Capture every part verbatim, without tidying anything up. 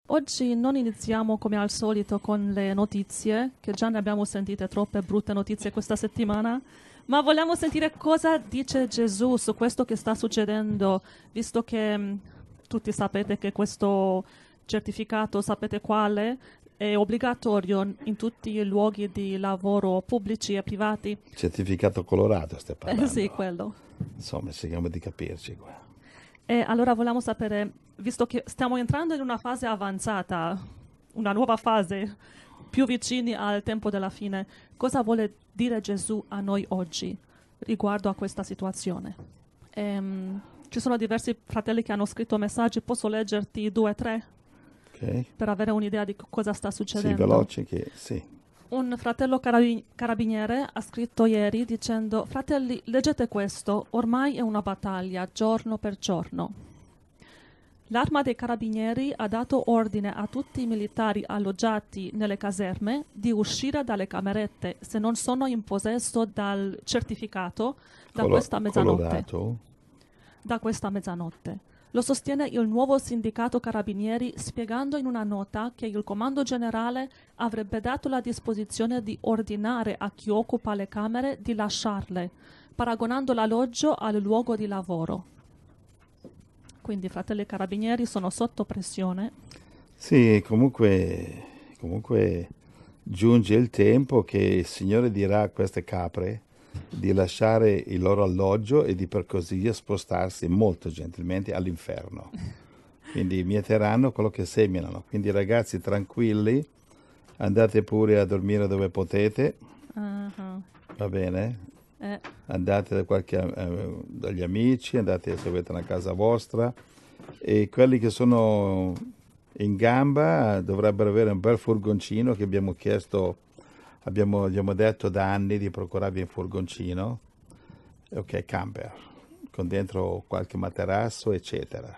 Oggi non iniziamo come al solito con le notizie, che già ne abbiamo sentite troppe brutte notizie questa settimana, ma vogliamo sentire cosa dice Gesù su questo che sta succedendo, visto che mh, tutti sapete che questo certificato, sapete quale, è obbligatorio in tutti i luoghi di lavoro pubblici e privati. Certificato colorato stai parlando? Eh, sì, quello. Insomma, cerchiamo di capirci qua. E allora vogliamo sapere, visto che stiamo entrando in una fase avanzata, una nuova fase, più vicini al tempo della fine, cosa vuole dire Gesù a noi oggi riguardo a questa situazione? Ehm, ci sono diversi fratelli che hanno scritto messaggi, posso leggerti due o tre Ok? per avere un'idea di cosa sta Sì, succedendo? veloce che sì. Un fratello carabi- carabiniere ha scritto ieri dicendo: fratelli, leggete questo, ormai è una battaglia giorno per giorno. L'arma dei carabinieri ha dato ordine a tutti i militari alloggiati nelle caserme di uscire dalle camerette se non sono in possesso del certificato da Colo- questa mezzanotte. colorato? Da questa mezzanotte. Lo sostiene il nuovo sindacato carabinieri, spiegando in una nota che il comando generale avrebbe dato la disposizione di ordinare a chi occupa le camere di lasciarle, paragonando l'alloggio al luogo di lavoro. Quindi i fratelli carabinieri sono sotto pressione. Sì, comunque, comunque giunge il tempo che il Signore dirà a queste capre di lasciare il loro alloggio e di per così via spostarsi molto gentilmente all'inferno. Quindi mieteranno quello che seminano. Quindi ragazzi tranquilli, andate pure a dormire dove potete, Uh-huh. va bene? Eh, Andate da qualche, eh, dagli amici, andate se avete una casa vostra e quelli che sono in gamba dovrebbero avere un bel furgoncino che abbiamo chiesto, abbiamo, abbiamo detto da anni di procurarvi un furgoncino, ok, camper, con dentro qualche materasso, eccetera.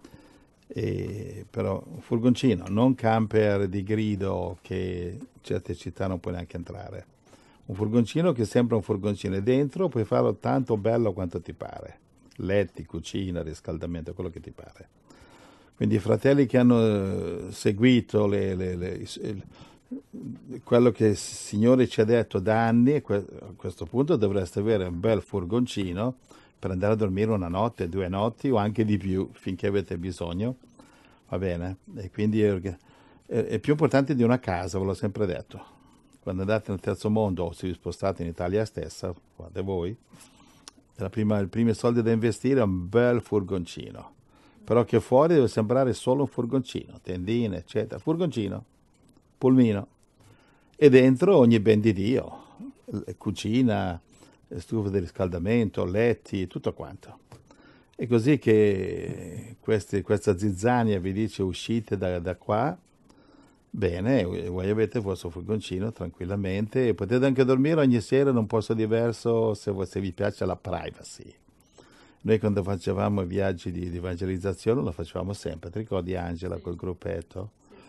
E, però un furgoncino, non camper di grido che in certe città non puoi neanche entrare. Un furgoncino che sembra un furgoncino e dentro puoi farlo tanto bello quanto ti pare. Letti, cucina, riscaldamento, quello che ti pare. Quindi i fratelli che hanno eh, seguito le, le, le, il, quello che il Signore ci ha detto da anni, a questo punto dovreste avere un bel furgoncino per andare a dormire una notte, due notti o anche di più finché avete bisogno, va bene? E quindi è, è più importante di una casa, ve l'ho sempre detto. Quando andate nel terzo mondo o se vi spostate in Italia stessa, guardate voi, la prima, i primi soldi da investire è un bel furgoncino, però che fuori deve sembrare solo un furgoncino, tendine, eccetera, furgoncino, pulmino, e dentro ogni ben di Dio, cucina, stufa di riscaldamento, letti, tutto quanto. È così che questi, questa zizzania vi dice uscite da, da qua, bene, voi avete il vostro furgoncino tranquillamente e potete anche dormire ogni sera in un posto diverso se, se vi piace la privacy. Noi quando facevamo i viaggi di, di evangelizzazione lo facevamo sempre, ti ricordi Angela col gruppetto?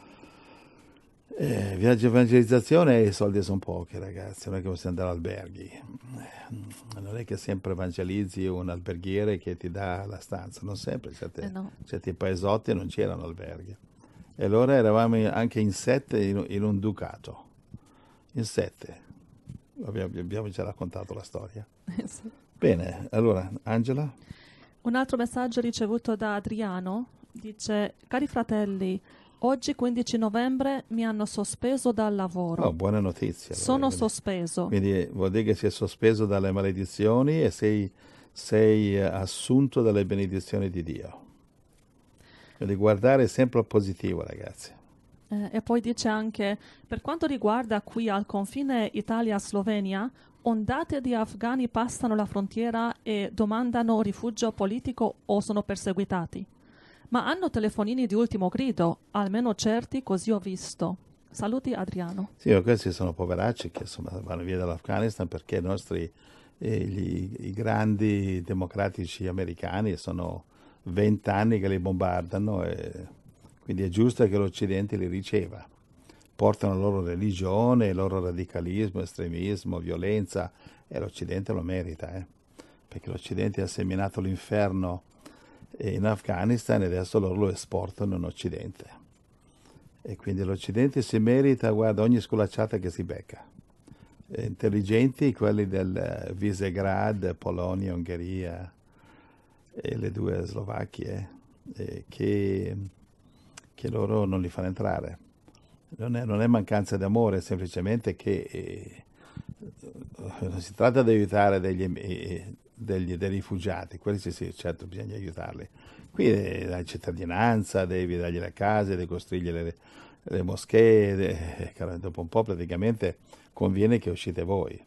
Eh, viaggio di evangelizzazione e i soldi sono pochi ragazzi, non è che possiamo andare alberghi, eh, non è che sempre evangelizzi un alberghiere che ti dà la stanza, non sempre, certi, eh no. certi paesotti non c'erano alberghi. E allora eravamo anche in sette in, in un ducato, in sette, abbiamo, abbiamo già raccontato la storia. Sì. Bene, allora Angela? Un altro messaggio ricevuto da Adriano dice: cari fratelli, oggi quindici novembre mi hanno sospeso dal lavoro. Oh, buona notizia. Sono Allora, sospeso. quindi vuol dire che sei sospeso dalle maledizioni e sei, sei assunto dalle benedizioni di Dio. Quindi guardare sempre al positivo, ragazzi. Eh, e poi dice anche: per quanto riguarda qui al confine Italia-Slovenia, ondate di afghani passano la frontiera e domandano rifugio politico o sono perseguitati. Ma hanno telefonini di ultimo grido, almeno certi, così ho visto. Saluti Adriano. Sì, ma questi sono poveracci che insomma, vanno via dall'Afghanistan perché i nostri eh, gli, i grandi democratici americani sono vent'anni che li bombardano e quindi è giusto che l'Occidente li riceva. Portano la loro religione, il loro radicalismo, estremismo, violenza e l'Occidente lo merita, eh? Perché l'Occidente ha seminato l'inferno in Afghanistan e adesso loro lo esportano in Occidente. E quindi l'Occidente si merita, guarda, ogni sculacciata che si becca. E intelligenti quelli del Visegrad, Polonia, Ungheria e le due Slovacchie, eh, che, che loro non li fanno entrare. Non è, non è mancanza d'amore, è semplicemente che eh, non si tratta di aiutare degli, eh, degli, dei rifugiati, quelli sì, sì, certo bisogna aiutarli. Qui eh, la cittadinanza, devi dargli le case, devi costruirgli le, le moschee, eh, dopo un po' praticamente conviene che uscite voi.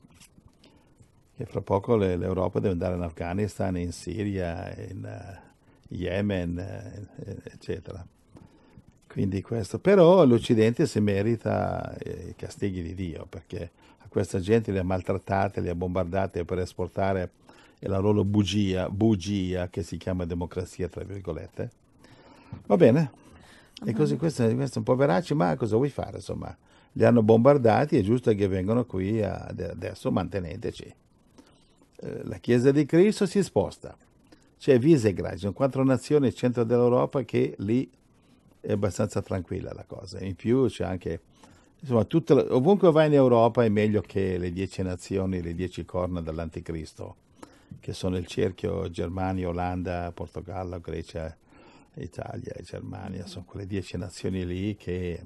E fra poco le, l'Europa deve andare in Afghanistan, in Siria, in uh, Yemen, uh, eccetera. Quindi questo, però l'Occidente si merita eh, i castighi di Dio, perché a questa gente li ha maltrattate, li ha bombardate per esportare la loro bugia, bugia che si chiama democrazia, tra virgolette. Va bene? E così questi sono poveracci, ma cosa vuoi fare? Insomma, li hanno bombardati, è giusto che vengano qui a, adesso, manteneteci. Eh, la Chiesa di Cristo si sposta. C'è Visegrad, ci sono quattro nazioni al centro dell'Europa che lì è abbastanza tranquilla la cosa. In più c'è anche, insomma, tutto, ovunque vai in Europa è meglio che le dieci nazioni, le dieci corna dell'Anticristo, che sono il cerchio Germania, Olanda, Portogallo, Grecia, Italia e Germania. Sono quelle dieci nazioni lì che,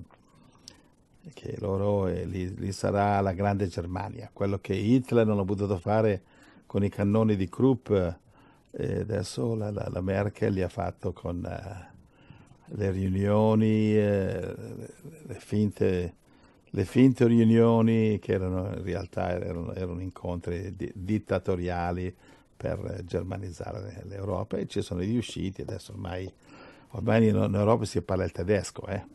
che loro, eh, lì, lì sarà la grande Germania. Quello che Hitler non ha potuto fare con i cannoni di Krupp, eh, adesso la, la, la Merkel li ha fatto con... Eh, le riunioni, eh, le, finte, le finte riunioni che erano in realtà erano, erano incontri di, dittatoriali per germanizzare l'Europa e ci sono riusciti. Adesso ormai, ormai in Europa si parla il tedesco, eh?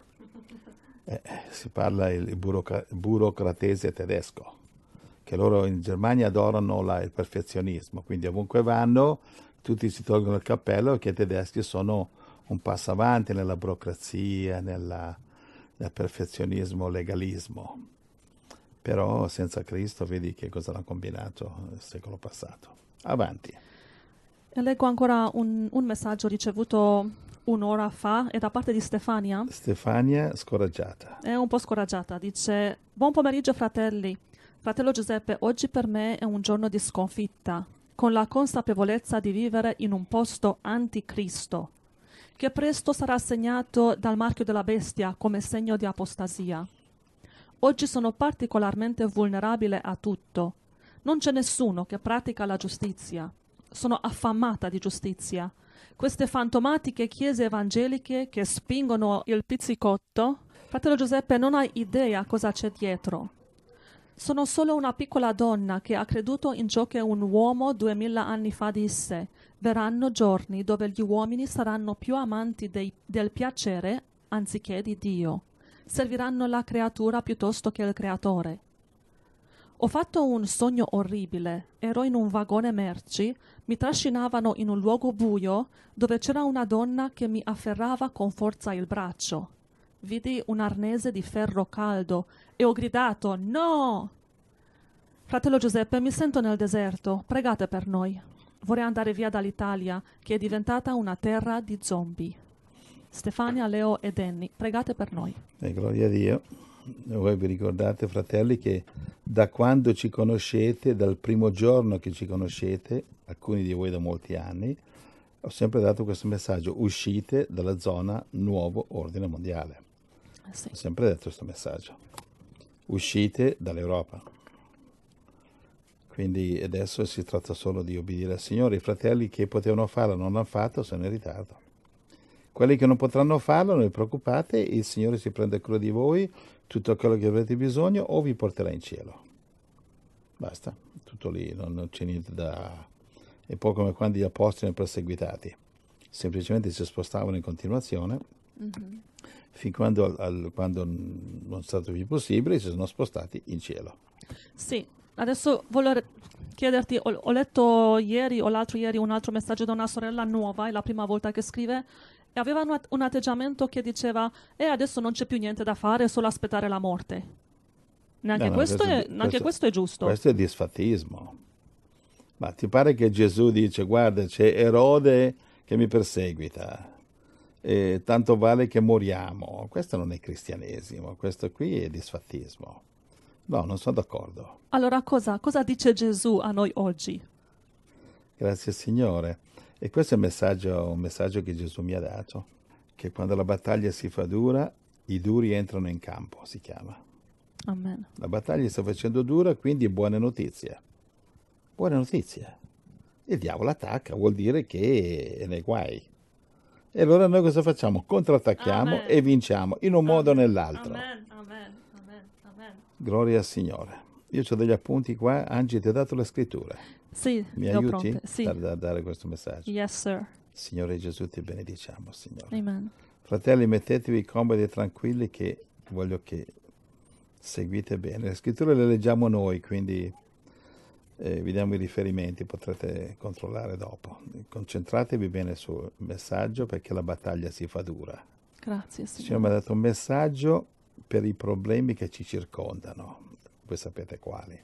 Eh, si parla il burocra- burocratese tedesco, che loro in Germania adorano la, il perfezionismo, quindi ovunque vanno tutti si tolgono il cappello perché i tedeschi sono un passo avanti nella burocrazia, nella, nel perfezionismo, legalismo. Però senza Cristo vedi che cosa hanno combinato nel secolo passato. Avanti. E leggo ancora un, un messaggio ricevuto un'ora fa, è da parte di Stefania. Stefania scoraggiata. È un po' scoraggiata, dice: buon pomeriggio fratelli. Fratello Giuseppe, oggi per me è un giorno di sconfitta, con la consapevolezza di vivere in un posto anticristo, che presto sarà segnato dal marchio della bestia come segno di apostasia. Oggi sono particolarmente vulnerabile a tutto. Non c'è nessuno che pratica la giustizia. Sono affamata di giustizia. Queste fantomatiche chiese evangeliche che spingono il pizzicotto, fratello Giuseppe, non hai idea cosa c'è dietro. Sono solo una piccola donna che ha creduto in ciò che un uomo duemila anni fa disse: verranno giorni dove gli uomini saranno più amanti dei, del piacere anziché di Dio. Serviranno la creatura piuttosto che il creatore. Ho fatto un sogno orribile. Ero in un vagone merci, mi trascinavano in un luogo buio dove c'era una donna che mi afferrava con forza il braccio. Vidi un arnese di ferro caldo e ho gridato: no! Fratello Giuseppe, mi sento nel deserto, pregate per noi. Vorrei andare via dall'Italia, che è diventata una terra di zombie. Stefania, Leo e Danny, pregate per noi. E gloria a Dio. Voi vi ricordate, fratelli, che da quando ci conoscete, dal primo giorno che ci conoscete, alcuni di voi da molti anni, ho sempre dato questo messaggio: uscite dalla zona nuovo ordine mondiale. Eh sì. Ho sempre detto questo messaggio: uscite dall'Europa. Quindi adesso si tratta solo di obbedire al Signore. I fratelli che potevano farlo non l'hanno fatto, sono in ritardo. Quelli che non potranno farlo, non vi preoccupate, il Signore si prende cura di voi, tutto quello che avrete bisogno, o vi porterà in cielo. Basta, tutto lì, non, non c'è niente da... È un po' come quando gli apostoli erano perseguitati, semplicemente si spostavano in continuazione, mm-hmm. fin quando, al, al, quando non è stato più possibile, si sono spostati in cielo. Sì, adesso volevo chiederti, ho, ho letto ieri o l'altro ieri un altro messaggio da una sorella nuova, è la prima volta che scrive, e aveva un, un atteggiamento che diceva: e eh, adesso non c'è più niente da fare, è solo aspettare la morte. Neanche, no, no, questo, questo, è, neanche questo, questo è giusto. Questo è disfattismo. Ma ti pare che Gesù dice: guarda, c'è Erode che mi perseguita, eh, tanto vale che moriamo. Questo non è cristianesimo, questo qui è disfattismo. No, non sono d'accordo. Allora cosa, cosa dice Gesù a noi oggi? Grazie Signore. E questo è un messaggio, un messaggio che Gesù mi ha dato, che quando la battaglia si fa dura, i duri entrano in campo, si chiama. Amen. La battaglia sta facendo dura, quindi buone notizie. Buone notizie. Il diavolo attacca, vuol dire che è nei guai. E allora noi cosa facciamo? Contrattacchiamo Amen. e vinciamo, in un modo o nell'altro. Amen, amen, amen, amen. Gloria al Signore. Io ho degli appunti qua. Angie, ti ho dato le scritture. Sì, Mi le ho aiuti pronte. Sì. a da- dare questo messaggio? Yes, sir. Signore Gesù, ti benediciamo, Signore. Amen. Fratelli, mettetevi comodi e tranquilli che voglio che seguite bene. Le scritture le leggiamo noi, quindi eh, vi diamo i riferimenti, potrete controllare dopo. Concentratevi bene sul messaggio perché la battaglia si fa dura. Grazie, Il Signore mi ha Signore. dato un messaggio per i problemi che ci circondano. Voi sapete quali.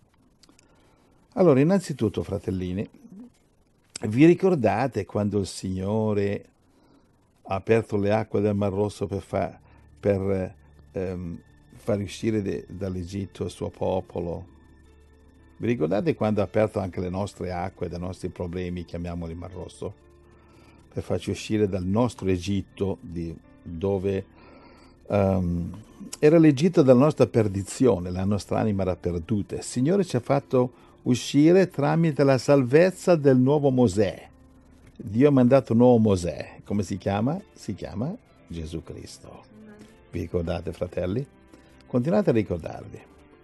Allora, innanzitutto, fratellini, vi ricordate quando il Signore ha aperto le acque del Mar Rosso per, fa- per ehm, far uscire de- dall'Egitto il suo popolo? Vi ricordate quando ha aperto anche le nostre acque dai nostri problemi, chiamiamoli Mar Rosso, per farci uscire dal nostro Egitto, di, dove ehm, era l'Egitto della nostra perdizione, la nostra anima era perduta. Il Signore ci ha fatto uscire tramite la salvezza del nuovo Mosè. Dio ha mandato un nuovo Mosè. Come si chiama? Si chiama Gesù Cristo. Vi ricordate, fratelli? Continuate a ricordarvi.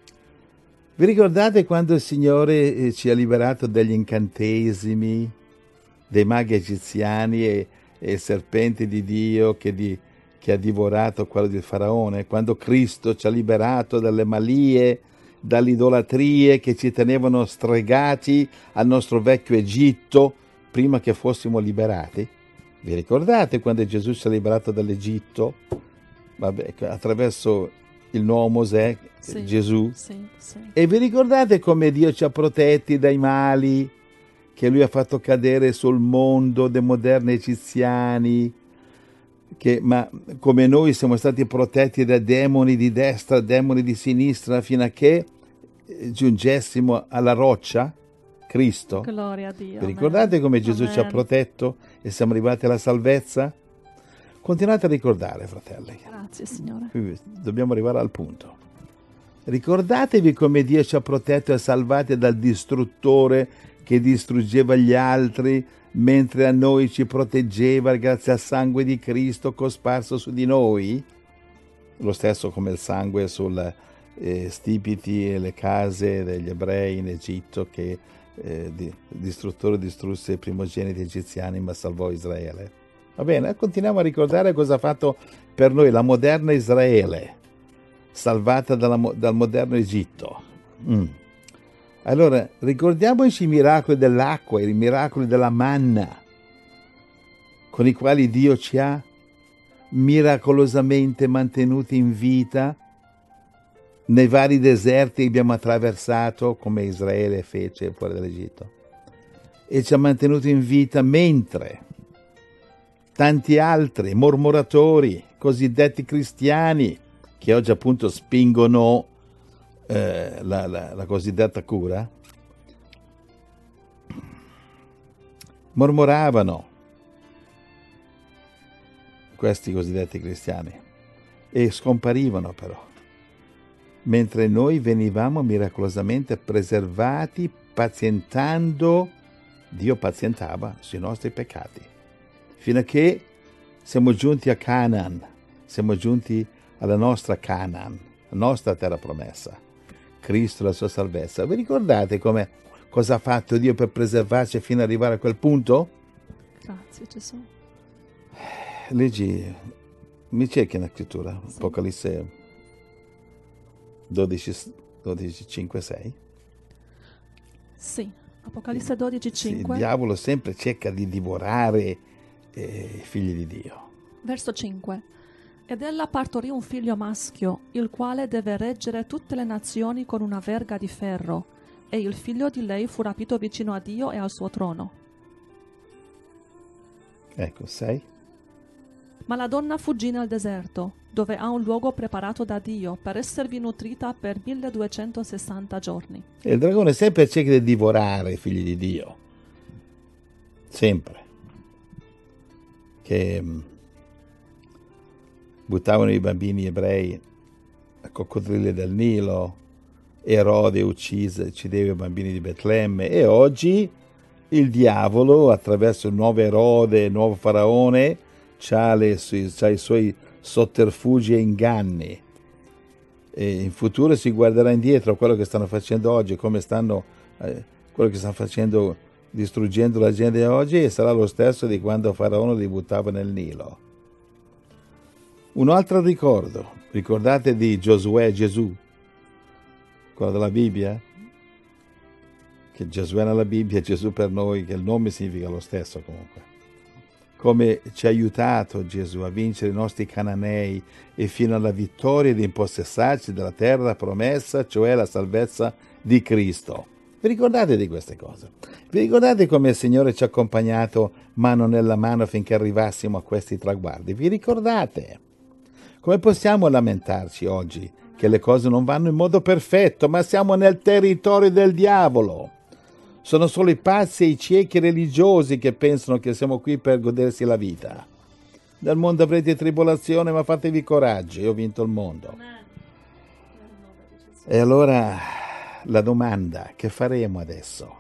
Vi ricordate quando il Signore eh, ci ha liberato dagli incantesimi, dei maghi egiziani e, e serpenti di Dio che, di, che ha divorato quello di Faraone? Quando Cristo ci ha liberato dalle malie, dalle idolatrie che ci tenevano stregati al nostro vecchio Egitto prima che fossimo liberati? Vi ricordate quando Gesù ci ha liberato dall'Egitto? Vabbè, attraverso il nuovo Mosè, Sì, Gesù. sì, sì. E vi ricordate come Dio ci ha protetti dai mali che Lui ha fatto cadere sul mondo dei moderni egiziani? Che, ma come noi siamo stati protetti da demoni di destra, demoni di sinistra, fino a che giungessimo alla roccia, Cristo. Gloria a Dio. Vi ricordate Amen. come Gesù ci ha Amen. protetto e siamo arrivati alla salvezza? Continuate a ricordare, fratelli. Grazie, Signore. Qui dobbiamo arrivare al punto. Ricordatevi come Dio ci ha protetto e salvati dal distruttore che distruggeva gli altri, mentre a noi ci proteggeva grazie al sangue di Cristo cosparso su di noi? Lo stesso come il sangue sul eh, stipiti e le case degli ebrei in Egitto, che eh, di, il distruttore distrusse i primogeniti egiziani ma salvò Israele. Va bene, continuiamo a ricordare cosa ha fatto per noi la moderna Israele, salvata dalla, dal moderno Egitto. Mm. Allora, ricordiamoci i miracoli dell'acqua, i miracoli della manna, con i quali Dio ci ha miracolosamente mantenuti in vita nei vari deserti che abbiamo attraversato, come Israele fece fuori dall'Egitto. E ci ha mantenuti in vita mentre tanti altri mormoratori, cosiddetti cristiani, che oggi appunto spingono eh, la, la, la cosiddetta cura, mormoravano, questi cosiddetti cristiani, e scomparivano però, mentre noi venivamo miracolosamente preservati, pazientando, Dio pazientava sui nostri peccati, fino a che siamo giunti a Canaan, siamo giunti alla nostra Canaan, la nostra terra promessa, Cristo e la sua salvezza. Vi ricordate come cosa ha fatto Dio per preservarci fino ad arrivare a quel punto? Grazie, Gesù. Leggi, mi cerchi una scrittura, Sì. Apocalisse dodici, dodici, cinque, sei. Sì, Apocalisse dodici, Sì, il cinque. diavolo sempre cerca di divorare eh, i figli di Dio. Verso cinque. Ed ella partorì un figlio maschio, il quale deve reggere tutte le nazioni con una verga di ferro, e il figlio di lei fu rapito vicino a Dio e al suo trono. Ecco, sei. Ma la donna fuggì nel deserto, dove ha un luogo preparato da Dio per esservi nutrita per milleduecentosessanta giorni. E il dragone sempre cerca di divorare i figli di Dio. Sempre. Che mh, buttavano i bambini ebrei a coccodrilli del Nilo, Erode uccise, uccideva i bambini di Betlemme, e oggi il diavolo, attraverso il nuovo Erode, il nuovo faraone, c'ha, le, c'ha i suoi sotterfugi e inganni. E in futuro si guarderà indietro a quello che stanno facendo oggi, come stanno, eh, quello che stanno facendo, distruggendo la gente oggi, e sarà lo stesso di quando Faraone li buttava nel Nilo. Un altro ricordo, ricordate di Giosuè, Gesù, quello della Bibbia? Che Giosuè nella Bibbia è Gesù per noi, che il nome significa lo stesso comunque. Come ci ha aiutato Gesù a vincere i nostri cananei e fino alla vittoria di impossessarci della terra promessa, cioè la salvezza di Cristo. Vi ricordate di queste cose? Vi ricordate come il Signore ci ha accompagnato mano nella mano finché arrivassimo a questi traguardi? Vi ricordate? Come possiamo lamentarci oggi che le cose non vanno in modo perfetto, ma siamo nel territorio del diavolo? Sono solo i pazzi e i ciechi religiosi che pensano che siamo qui per godersi la vita. Nel mondo avrete tribolazione, ma fatevi coraggio, io ho vinto il mondo. E allora la domanda, che faremo adesso?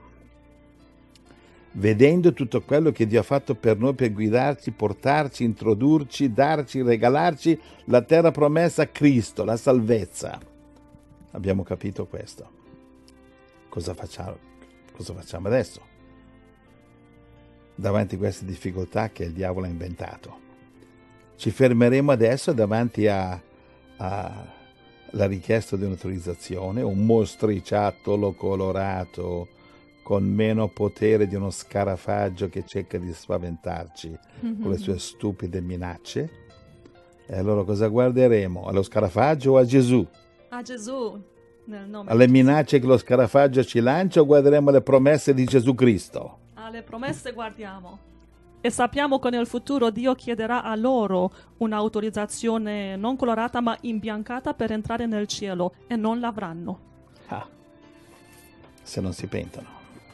Vedendo tutto quello che Dio ha fatto per noi, per guidarci, portarci, introdurci, darci, regalarci la terra promessa, Cristo, la salvezza. Abbiamo capito questo. Cosa facciamo? Cosa facciamo adesso? Davanti a queste difficoltà che il diavolo ha inventato. Ci fermeremo adesso davanti a, a la richiesta di un'autorizzazione, un mostriciattolo colorato con meno potere di uno scarafaggio che cerca di spaventarci mm-hmm. con le sue stupide minacce. E allora cosa guarderemo? Allo scarafaggio o a Gesù? A Gesù. Nel nome alle minacce che lo scarafaggio ci lancia, o guarderemo le promesse di Gesù Cristo? Alle promesse guardiamo. E sappiamo che nel futuro Dio chiederà a loro un'autorizzazione non colorata ma imbiancata per entrare nel cielo, e non l'avranno. Ah, se non si pentono.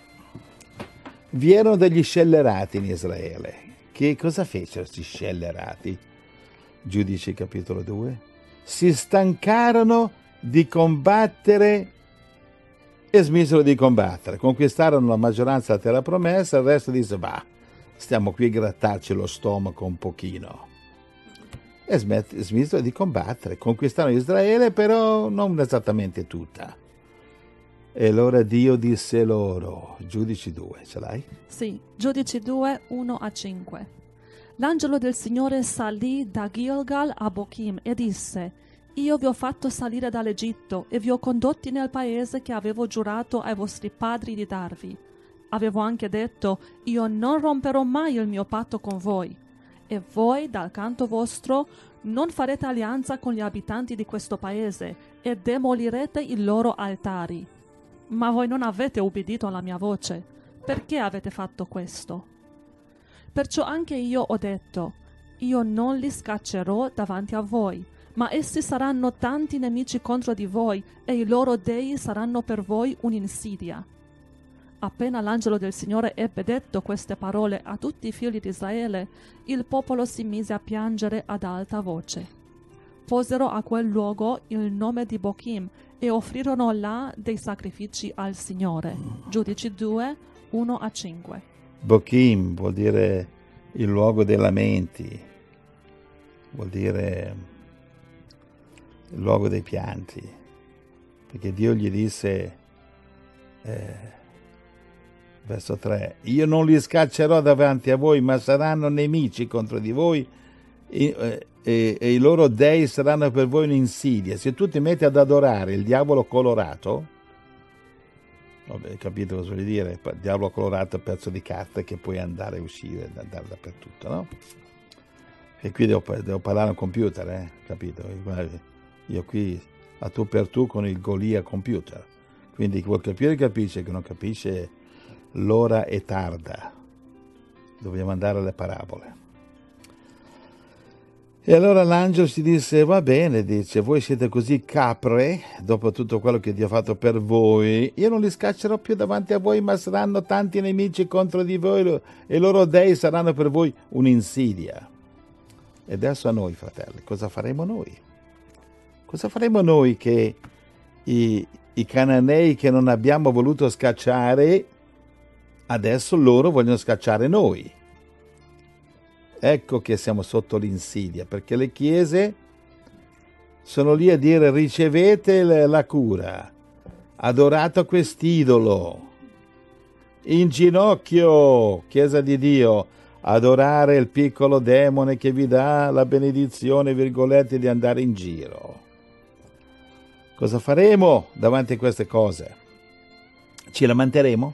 Vi erano degli scellerati in Israele. Che cosa fecero questi scellerati? Giudici capitolo due. Si stancarono di combattere e smisero di combattere. Conquistarono la maggioranza della terra promessa, il resto disse, bah, stiamo qui a grattarci lo stomaco un pochino. E smet- smisero di combattere. Conquistarono Israele, però non esattamente tutta. E allora Dio disse loro, Giudici due, ce l'hai? Sì, Giudici due, uno a cinque. L'angelo del Signore salì da Gilgal a Bochim e disse, io vi ho fatto salire dall'Egitto e vi ho condotti nel paese che avevo giurato ai vostri padri di darvi. Avevo anche detto, io non romperò mai il mio patto con voi. E voi, dal canto vostro, non farete alleanza con gli abitanti di questo paese e demolirete i loro altari. Ma voi non avete ubbidito alla mia voce. Perché avete fatto questo? Perciò anche io ho detto, io non li scaccerò davanti a voi, ma essi saranno tanti nemici contro di voi, e i loro dei saranno per voi un'insidia. Appena l'angelo del Signore ebbe detto queste parole a tutti i figli di Israele, il popolo si mise a piangere ad alta voce. Posero a quel luogo il nome di Bochim e offrirono là dei sacrifici al Signore. Giudici due, uno a cinque. Bochim vuol dire il luogo dei lamenti, vuol dire il luogo dei pianti, perché Dio gli disse, eh, verso tre, io non li scaccerò davanti a voi, ma saranno nemici contro di voi e, e, e i loro dei saranno per voi un'insidia. Se tu ti metti ad adorare il diavolo colorato, vabbè, capito cosa vuol dire? Il diavolo colorato è un pezzo di carta che puoi andare e uscire, andare dappertutto, no? E qui devo, devo parlare a un computer, eh? Capito? Io qui a tu per tu con il Golia computer. Quindi chi vuol capire capisce, chi non capisce l'ora è tarda. Dobbiamo andare alle parabole. E allora l'angelo ci disse, va bene, dice, voi siete così capre, dopo tutto quello che Dio ha fatto per voi, io non li scaccerò più davanti a voi, ma saranno tanti nemici contro di voi e i loro dei saranno per voi un'insidia. E adesso a noi, fratelli, cosa faremo noi? Cosa faremo noi che i, i cananei che non abbiamo voluto scacciare, adesso loro vogliono scacciare noi? Ecco che siamo sotto l'insidia, perché le chiese sono lì a dire ricevete la cura, adorato quest'idolo, in ginocchio, Chiesa di Dio, adorare il piccolo demone che vi dà la benedizione, virgolette, di andare in giro. Cosa faremo davanti a queste cose? Ci lamenteremo?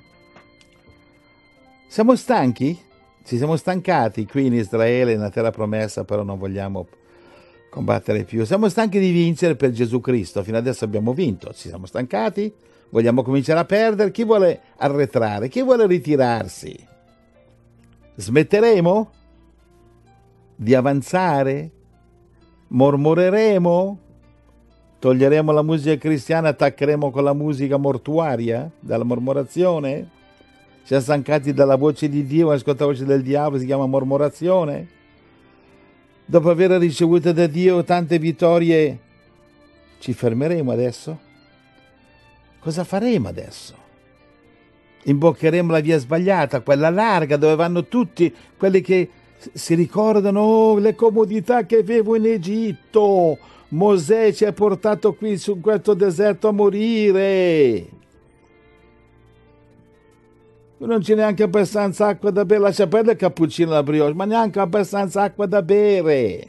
Siamo stanchi? Ci siamo stancati qui in Israele, nella terra promessa, però non vogliamo combattere più. Siamo stanchi di vincere per Gesù Cristo. Fino adesso abbiamo vinto. Ci siamo stancati? Vogliamo cominciare a perdere? Chi vuole arretrare? Chi vuole ritirarsi? Smetteremo di avanzare? Mormoreremo? Toglieremo la musica cristiana, attaccheremo con la musica mortuaria, dalla mormorazione? Siamo stancati dalla voce di Dio, ascoltare la voce del diavolo, si chiama mormorazione. Dopo aver ricevuto da Dio tante vittorie, ci fermeremo adesso? Cosa faremo adesso? Imboccheremo la via sbagliata, quella larga, dove vanno tutti quelli che si ricordano oh, le comodità che avevo in Egitto. Mosè ci ha portato qui su questo deserto a morire. Non c'è neanche abbastanza acqua da bere, lascia perdere il cappuccino e la brioche, ma neanche abbastanza acqua da bere.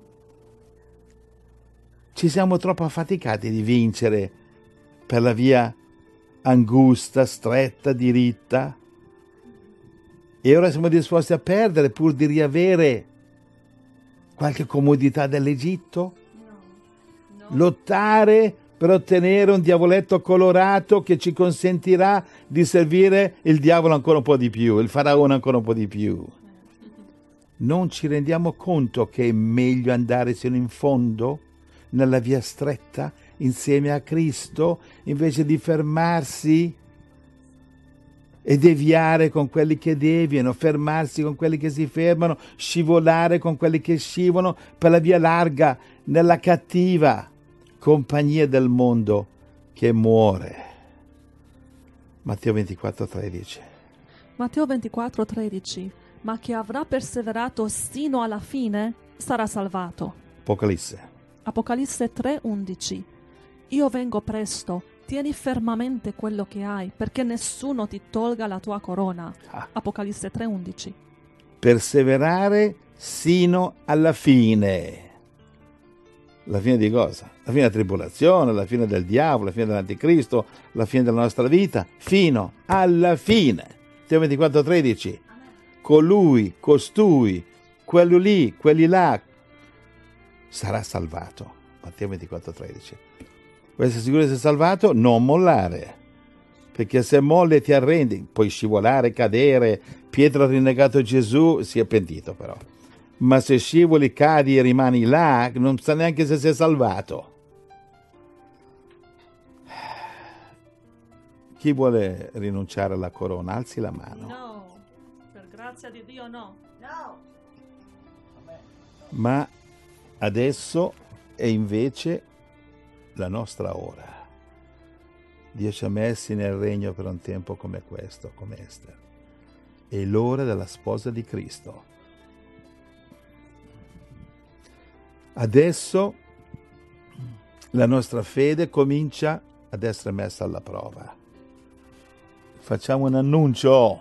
Ci siamo troppo affaticati di vincere per la via angusta, stretta, diritta, e ora siamo disposti a perdere pur di riavere qualche comodità dell'Egitto? No. No. Lottare per ottenere un diavoletto colorato che ci consentirà di servire il diavolo ancora un po' di più, il faraone ancora un po' di più. Non ci rendiamo conto che è meglio andare sino in fondo, nella via stretta, insieme a Cristo, invece di fermarsi e deviare con quelli che deviano, fermarsi con quelli che si fermano, scivolare con quelli che scivolano per la via larga, nella cattiva compagnia del mondo che muore. Matteo ventiquattro tredici. Matteo ventiquattro tredici. Ma chi avrà perseverato sino alla fine sarà salvato. Apocalisse. Apocalisse tre undici. Io vengo presto, tieni fermamente quello che hai, perché nessuno ti tolga la tua corona. Ah. Apocalisse tre undici. Perseverare sino alla fine. La fine di cosa? La fine della tribolazione, la fine del diavolo, la fine dell'anticristo, la fine della nostra vita, fino alla fine. Matteo ventiquattro tredici. Colui, costui, quello lì, quelli là, sarà salvato. Matteo ventiquattro tredici. Vuoi essere sicuro di essere salvato? Non mollare, perché se molli ti arrendi, puoi scivolare, cadere. Pietro ha rinnegato Gesù, si è pentito però. Ma se scivoli, cadi e rimani là, non sa neanche se sei salvato. Chi vuole rinunciare alla corona? Alzi la mano. No, per grazia di Dio no. No. Ma adesso è invece la nostra ora. Dio ci ha messi nel regno per un tempo come questo, come Ester. È l'ora della sposa di Cristo. Adesso la nostra fede comincia ad essere messa alla prova. Facciamo un annuncio.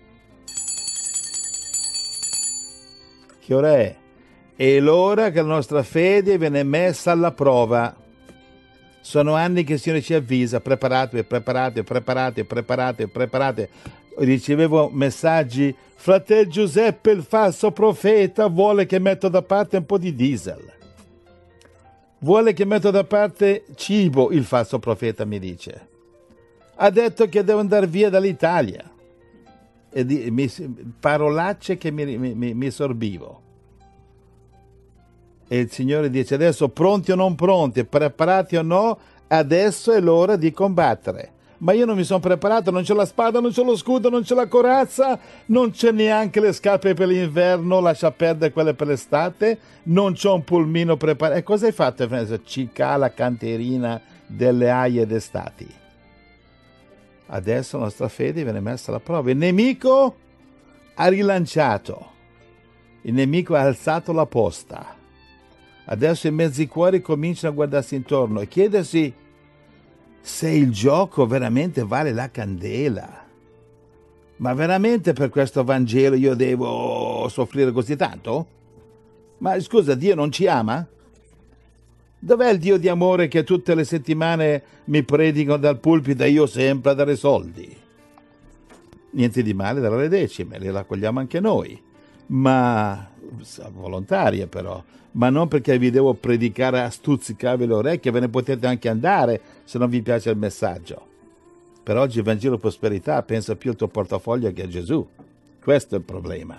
Che ora è? È l'ora che la nostra fede viene messa alla prova. Sono anni che il Signore ci avvisa, preparatevi, preparatevi, preparatevi, preparatevi, preparatevi. Ricevevo messaggi, fratello Giuseppe, il falso profeta vuole che metto da parte un po' di diesel. Vuole che metto da parte cibo, il falso profeta mi dice. Ha detto che devo andare via dall'Italia. E di, mi, parolacce che mi, mi, mi sorbivo. E il Signore dice adesso pronti o non pronti, preparati o no, adesso è l'ora di combattere. Ma io non mi sono preparato, non c'è la spada, non c'è lo scudo, non c'è la corazza, non c'è neanche le scarpe per l'inverno, lascia perdere quelle per l'estate, non c'ho un pulmino preparato. E cosa hai fatto? Cicca la canterina delle aie d'estati. Adesso la nostra fede viene messa alla prova. Il nemico ha rilanciato, il nemico ha alzato la posta. Adesso i mezzi cuori cominciano a guardarsi intorno e chiedersi se il gioco veramente vale la candela. Ma veramente per questo Vangelo io devo soffrire così tanto? Ma scusa, Dio non ci ama? Dov'è il Dio di amore che tutte le settimane mi predicano dal pulpito e io sempre a dare soldi? Niente di male dare le decime, le raccogliamo anche noi, ma volontarie però, ma non perché vi devo predicare a stuzzicarvi le orecchie, ve ne potete anche andare se non vi piace il messaggio. Per oggi il Vangelo Prosperità pensa più al tuo portafoglio che a Gesù. Questo è il problema.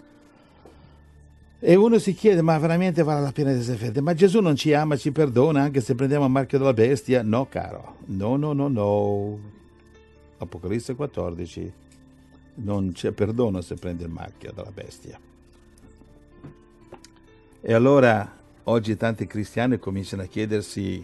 E uno si chiede, ma veramente vale la pena di essere fede? Ma Gesù non ci ama, ci perdona anche se prendiamo il marchio della bestia? No, caro, no, no, no, no. Apocalisse quattordici, non c'è perdono se prendi il marchio della bestia. E allora oggi tanti cristiani cominciano a chiedersi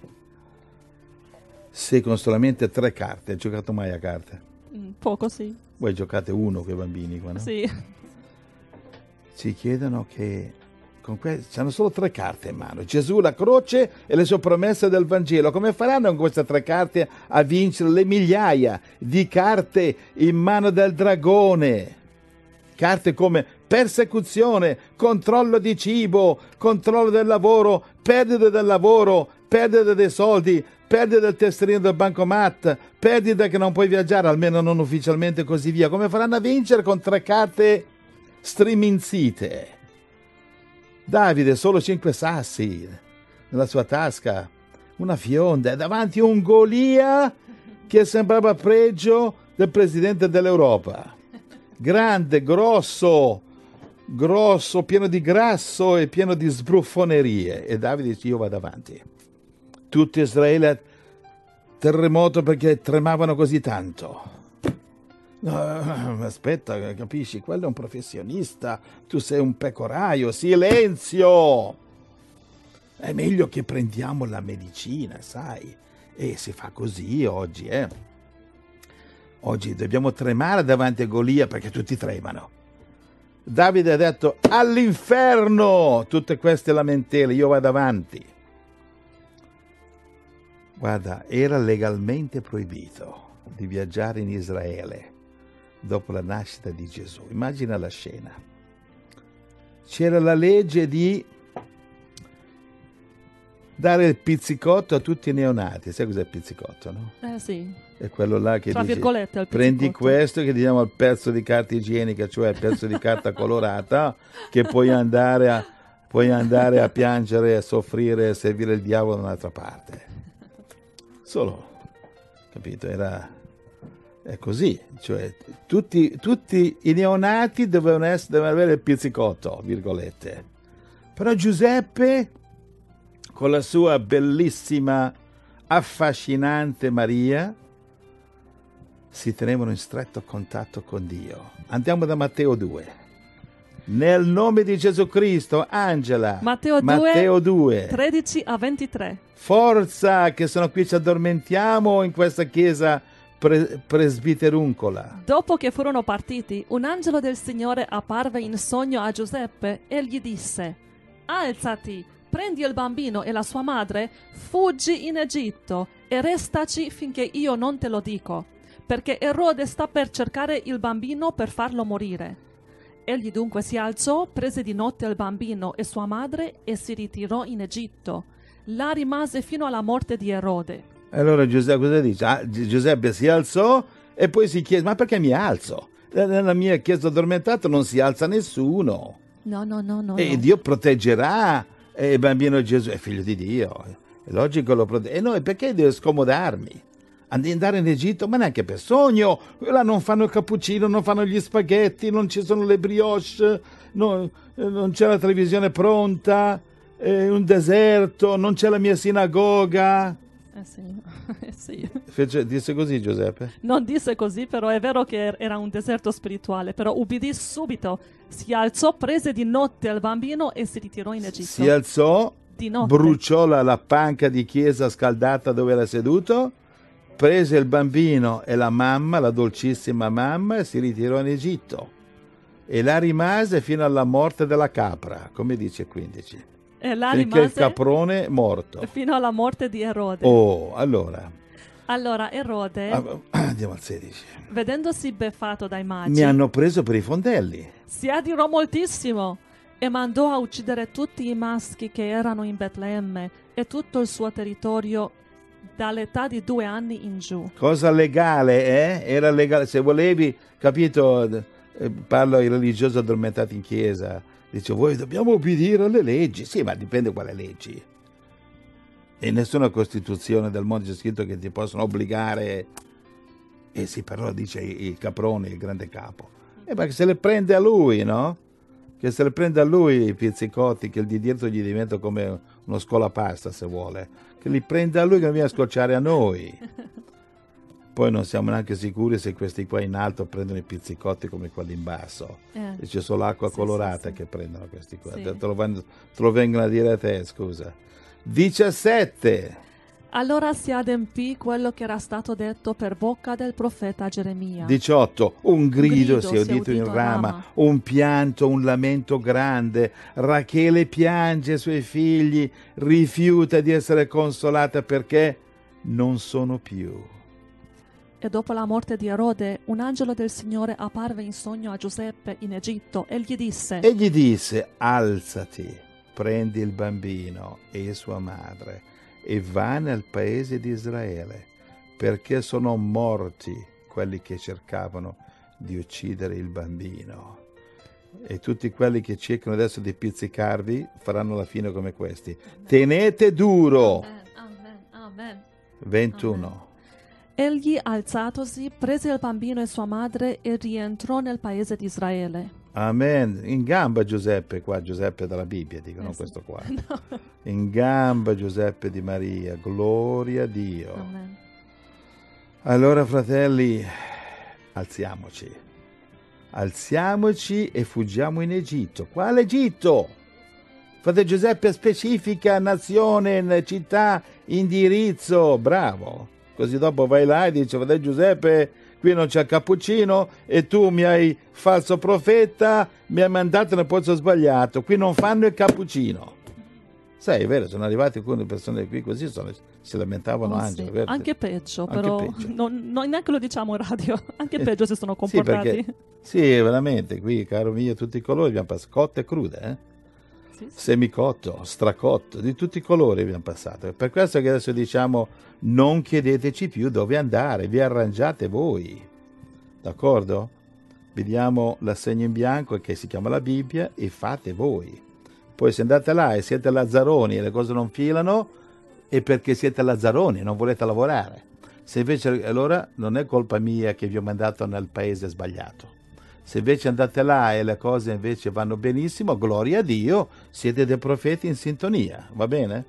se con solamente tre carte, hai giocato mai a carte? Mm, poco, sì. Voi giocate uno con i bambini qua, no? Sì. Ci chiedono che con que- hanno solo tre carte in mano, Gesù, la croce e le sue promesse del Vangelo. Come faranno con queste tre carte a vincere le migliaia di carte in mano del dragone? Carte come persecuzione, controllo di cibo, controllo del lavoro, perdita del lavoro, perdita dei soldi, perdita del tesserino del bancomat, perdita che non puoi viaggiare, almeno non ufficialmente, e così via. Come faranno a vincere con tre carte striminzite? Davide, solo cinque sassi nella sua tasca, una fionda, e davanti a un Golia che sembrava pregio del presidente dell'Europa. Grande, grosso, grosso, pieno di grasso e pieno di sbruffonerie. E Davide dice, io vado avanti. Tutto Israele terremoto perché tremavano così tanto. No, aspetta, capisci? Quello è un professionista, tu sei un pecoraio, silenzio! È meglio che prendiamo la medicina, sai? E si fa così oggi, eh? Oggi dobbiamo tremare davanti a Golia perché tutti tremano. Davide ha detto, all'inferno tutte queste lamentele, io vado avanti. Guarda, era legalmente proibito di viaggiare in Israele dopo la nascita di Gesù. Immagina la scena. C'era la legge di dare il pizzicotto a tutti i neonati. Sai cos'è il pizzicotto, no? Eh sì. È quello là che Tra dice, virgolette, il prendi pizzicotto. questo che diamo al pezzo di carta igienica, cioè il pezzo di carta colorata, che puoi andare a, puoi andare a piangere, a soffrire, a servire il diavolo da un'altra parte. Solo, capito? Era... È così, cioè tutti, tutti i neonati dovevano, essere, dovevano avere il pizzicotto, virgolette. Però Giuseppe, con la sua bellissima, affascinante Maria, si tenevano in stretto contatto con Dio. Andiamo da Matteo due. Nel nome di Gesù Cristo, Angela. Matteo due, Matteo due. tredici a ventitré. Forza, che sono qui, ci addormentiamo in questa chiesa Pre- presbiteruncola. Dopo che furono partiti, un angelo del Signore apparve in sogno a Giuseppe e gli disse: alzati, prendi il bambino e la sua madre, fuggi in Egitto e restaci finché io non te lo dico, perché Erode sta per cercare il bambino per farlo morire. Egli dunque si alzò, prese di notte il bambino e sua madre e si ritirò in Egitto. Là rimase fino alla morte di Erode. Allora Giuseppe cosa dice? Ah, Giuseppe si alzò e poi si chiese, ma perché mi alzo? Nella mia chiesa addormentato non si alza nessuno. No, no, no, no. E no. Dio proteggerà il bambino Gesù, è figlio di Dio. È logico lo protegge. E noi perché devo scomodarmi? Andare in Egitto, ma neanche per sogno. Là non fanno il cappuccino, non fanno gli spaghetti, non ci sono le brioche, non, non c'è la televisione pronta. è un deserto, non c'è la mia sinagoga. Eh sì, eh sì. Fece, disse così Giuseppe? Non disse così, però è vero che era un deserto spirituale, però ubbidì subito, si alzò, prese di notte il bambino e si ritirò in Egitto. Si alzò, Di notte. bruciò la, la panca di chiesa scaldata dove era seduto, prese il bambino e la mamma, la dolcissima mamma, e si ritirò in Egitto. E là rimase fino alla morte della capra, come dice quindici. E là Finché rimase il caprone morto. fino alla morte di Erode. Oh, allora. Allora Erode, ah, Andiamo al sedici. vedendosi beffato dai magi, Mi hanno preso per i fondelli. si adirò moltissimo e mandò a uccidere tutti i maschi che erano in Betlemme e tutto il suo territorio dall'età di due anni in giù. Cosa legale, eh? Era legale. Se volevi, capito, eh, parlo ai religiosi addormentati in chiesa, dice, voi dobbiamo obbedire alle leggi. Sì, ma dipende quale leggi. E nessuna Costituzione del mondo c'è scritto che ti possono obbligare. Eh sì, però dice il caprone, il grande capo. E ma che se le prende a lui, no? Che se le prende a lui i pizzicotti, che il di dietro gli diventa come uno scolapasta, se vuole. Che li prende a lui, che non viene a scocciare a noi. Poi non siamo neanche sicuri se questi qua in alto prendono i pizzicotti come quelli in basso. Eh. E c'è solo acqua Sì, colorata sì, sì. che prendono questi qua. Sì. Te, lo, van- te lo vengono a dire a te, scusa. diciassette. Allora si adempì quello che era stato detto per bocca del profeta Geremia. diciotto. Un grido, grido si è udito in a Rama, Rama. un pianto, un lamento grande. Rachele piange i suoi figli, rifiuta di essere consolata perché non sono più. E dopo la morte di Erode, un angelo del Signore apparve in sogno a Giuseppe in Egitto e gli disse: E gli disse, alzati, prendi il bambino e sua madre e va nel paese di Israele, perché sono morti quelli che cercavano di uccidere il bambino. E tutti quelli che cercano adesso di pizzicarvi faranno la fine come questi. Tenete duro. Amen, amen, amen. ventuno. Egli, alzatosi, prese il bambino e sua madre e rientrò nel paese di Israele. Amen. In gamba Giuseppe, qua Giuseppe dalla Bibbia, dicono Eh sì. questo qua. No. In gamba Giuseppe di Maria, gloria a Dio. Amen. Allora fratelli, alziamoci, alziamoci e fuggiamo in Egitto. Quale Egitto? Frate Giuseppe specifica nazione, città, indirizzo, bravo. Così dopo vai là e dice, frate Giuseppe, qui non c'è cappuccino e tu mi hai falso profeta, mi hai mandato nel posto sbagliato, qui non fanno il cappuccino. Sai, è vero, sono arrivate alcune persone qui così, sono, si lamentavano Oh, anche. sì. Vero? Anche peggio, Anche però peggio. Non, non neanche lo diciamo in radio. Anche Eh, peggio si sono Sì, comportati. perché, sì, veramente, qui, caro mio, tutti i colori abbiamo passato, cotte e crude, eh? Sì, sì. Semicotto, stracotto, di tutti i colori abbiamo passato. Per questo che adesso diciamo, non chiedeteci più dove andare, vi arrangiate voi, d'accordo? Vediamo l'assegno in bianco che si chiama la Bibbia e fate voi. Poi se andate là e siete lazzaroni e le cose non filano, è perché siete lazzaroni e non volete lavorare. Se invece, allora non è colpa mia che vi ho mandato nel paese sbagliato. Se invece andate là e le cose invece vanno benissimo, gloria a Dio, siete dei profeti in sintonia, va bene?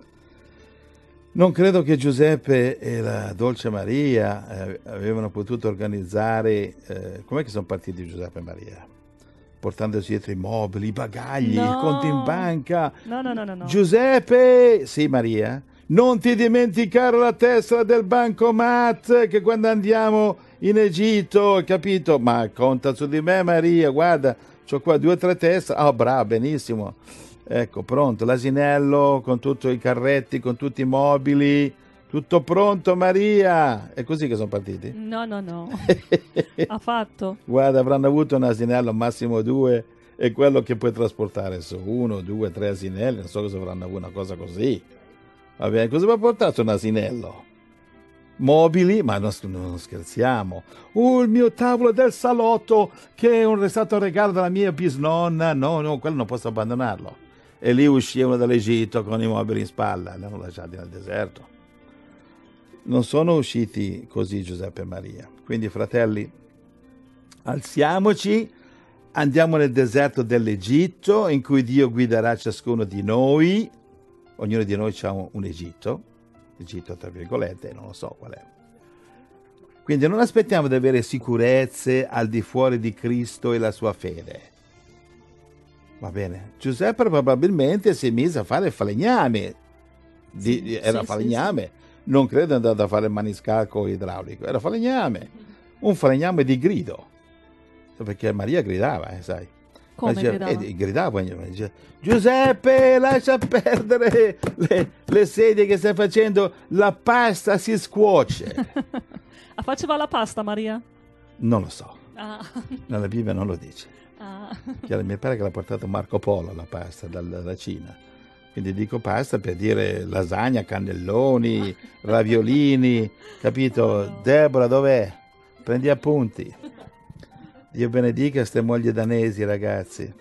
Non credo che Giuseppe e la Dolce Maria eh, avevano potuto organizzare, eh, com'è che sono partiti Giuseppe e Maria? Portandosi dietro i mobili, i bagagli, No. il conto in banca. No, no, no, no, no. Giuseppe, sì Maria, non ti dimenticare la tessera del bancomat che quando andiamo in Egitto, capito? Ma conta su di me Maria, guarda, c'ho qua due o tre tessere, oh bravo, benissimo, ecco pronto, l'asinello con tutti i carretti, con tutti i mobili, tutto pronto Maria, è così che sono partiti? No, no, no. Ha fatto. Guarda, avranno avuto un asinello, massimo due, e quello che puoi trasportare su uno, due, tre asinelli, non so cosa avranno avuto, una cosa così. Va bene, cosa mi ha portato un asinello? Mobili, ma non, non scherziamo. Oh, il mio tavolo del salotto, che è stato un regalo della mia bisnonna. No, no, quello non posso abbandonarlo. E lì uscivano dall'Egitto con i mobili in spalla, li hanno lasciati nel deserto. Non sono usciti così Giuseppe e Maria. Quindi, fratelli, alziamoci andiamo nel deserto dell'Egitto, in cui Dio guiderà ciascuno di noi. Ognuno di noi ha un, un Egitto, Egitto tra virgolette, non lo so qual è. Quindi non aspettiamo di avere sicurezze al di fuori di Cristo e la sua fede. Va bene? Giuseppe probabilmente si mise a fare falegname. Di, Sì, era sì, falegname. sì, sì. Non credo andato a fare il maniscalco idraulico, era falegname. Un falegname di grido. Perché Maria gridava, eh, sai. Come Diceva, gridava? eh, gridava, diceva, Giuseppe, lascia perdere le, le sedie che stai facendo, la pasta si scuoce. Ah, faceva la pasta, Maria? Non lo so, Ah. nella Bibbia non lo dice. Ah. Chiaro, mi pare che l'ha portato Marco Polo la pasta dalla Cina. Quindi dico pasta per dire lasagna, cannelloni, raviolini, capito? Oh, no. Deborah, dov'è? Prendi appunti. Dio benedica queste mogli danesi, ragazzi.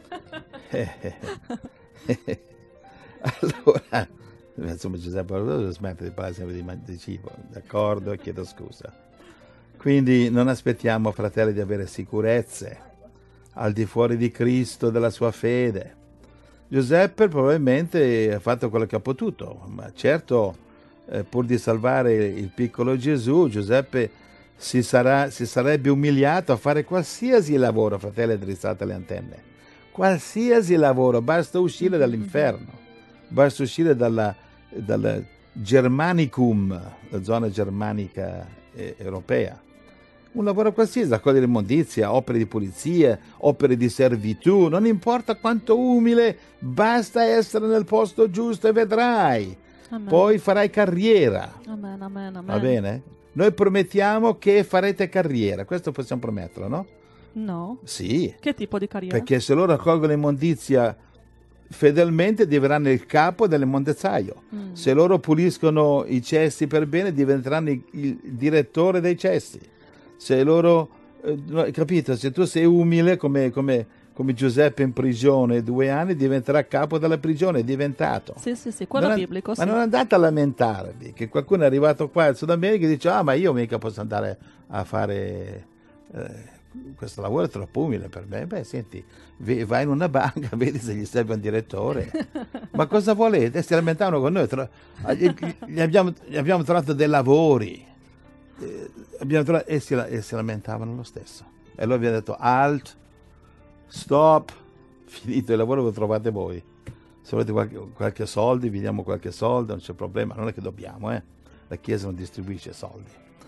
Allora, insomma, Giuseppe Paolo smette di parlare sempre di, man- di cibo, d'accordo, e chiedo scusa. Quindi non aspettiamo, fratelli, di avere sicurezze al di fuori di Cristo, della sua fede. Giuseppe probabilmente ha fatto quello che ha potuto, ma certo, eh, pur di salvare il piccolo Gesù, Giuseppe si, sarà, si sarebbe umiliato a fare qualsiasi lavoro, fratelli, drizzate le antenne. Qualsiasi lavoro, basta uscire dall'inferno, basta uscire dalla, dal Germanicum, la zona germanica eh, europea. Un lavoro qualsiasi, raccogliere immondizia, opere di pulizia, opere di servitù, non importa quanto umile, basta essere nel posto giusto e vedrai. Amen. Poi farai carriera. Amen, amen, amen. Va bene? Noi promettiamo che farete carriera, questo possiamo prometterlo, no? No. Sì. Che tipo di carriera? Perché se loro raccolgono immondizia fedelmente diventeranno il capo dell'immondezzaio. Mm. Se loro puliscono i cessi per bene diventeranno il, il direttore dei cessi. Se loro, eh, capito, se tu sei umile come, come, come Giuseppe in prigione due anni, diventerà capo della prigione, è diventato. Sì, sì, sì, quello non biblico, è, sì. Ma non andate a lamentarvi, che qualcuno è arrivato qua in Sud America e dice, ah, ma io mica posso andare a fare eh, questo lavoro, è troppo umile per me. Beh, senti, vai in una banca, vedi se gli serve un direttore. Ma cosa volete? Si lamentavano con noi, tra, gli, abbiamo, gli abbiamo trovato dei lavori. Eh, abbiamo trovato, e, si, e si lamentavano lo stesso. E allora abbiamo detto alt, stop, finito il lavoro lo trovate voi. Se volete qualche, qualche soldi, vi diamo qualche soldo, non c'è problema, non è che dobbiamo, eh. La Chiesa non distribuisce soldi.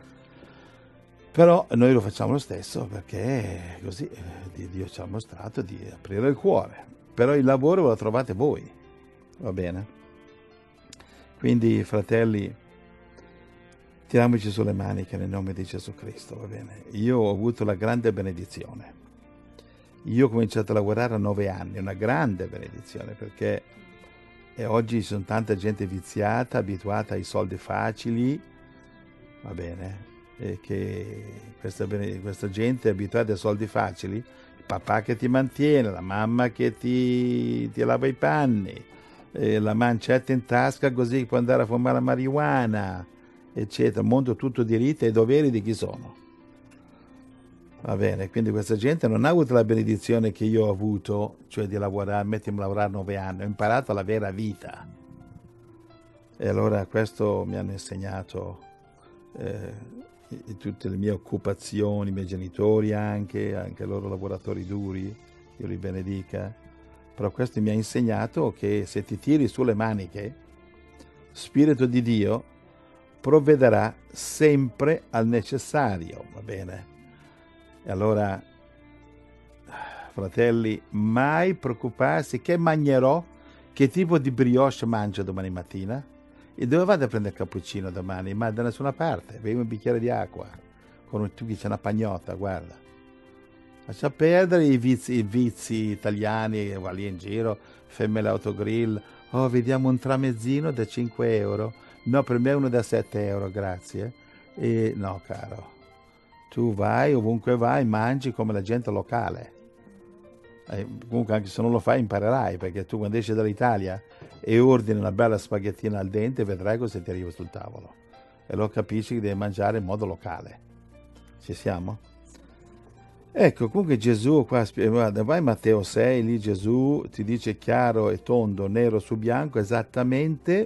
Però noi lo facciamo lo stesso perché così eh, Dio ci ha mostrato di aprire il cuore. Però il lavoro lo trovate voi, va bene? Quindi, fratelli, tiriamoci sulle maniche nel nome di Gesù Cristo, va bene? Io ho avuto la grande benedizione. Io ho cominciato a lavorare a nove anni, una grande benedizione, perché e oggi ci sono tanta gente viziata, abituata ai soldi facili, va bene? E che questa, questa gente è abituata ai soldi facili, il papà che ti mantiene, la mamma che ti, ti lava i panni, eh, la mancetta in tasca così puoi andare a fumare la marijuana, eccetera, mondo tutto diritti e doveri di chi sono. Va bene, quindi questa gente non ha avuto la benedizione che io ho avuto, cioè di lavorare, mettermi a lavorare nove anni, ho imparato la vera vita. E allora questo mi hanno insegnato eh, tutte le mie occupazioni, i miei genitori anche, anche loro lavoratori duri, Dio li benedica. Però questo mi ha insegnato che se ti tiri sulle maniche, Spirito di Dio provvederà sempre al necessario, va bene? E allora, fratelli, mai preoccuparsi che mangerò, che tipo di brioche mangio domani mattina e dove vado a prendere il cappuccino domani? Ma da nessuna parte, bevi un bicchiere di acqua, con un, tu che c'è una pagnotta, guarda. Lascia perdere i vizi, i vizi italiani, va lì in giro, femme l'autogrill, oh vediamo un tramezzino da cinque euro, no per me è uno da sette euro, grazie. E no caro. Tu vai, ovunque vai, mangi come la gente locale. Eh, comunque anche se non lo fai imparerai, perché tu quando esci dall'Italia e ordini una bella spaghettina al dente, vedrai cosa ti arriva sul tavolo. E lo capisci che devi mangiare in modo locale. Ci siamo? Ecco, comunque Gesù qua, spie- guarda, vai in Matteo sei, lì Gesù ti dice chiaro e tondo, nero su bianco, esattamente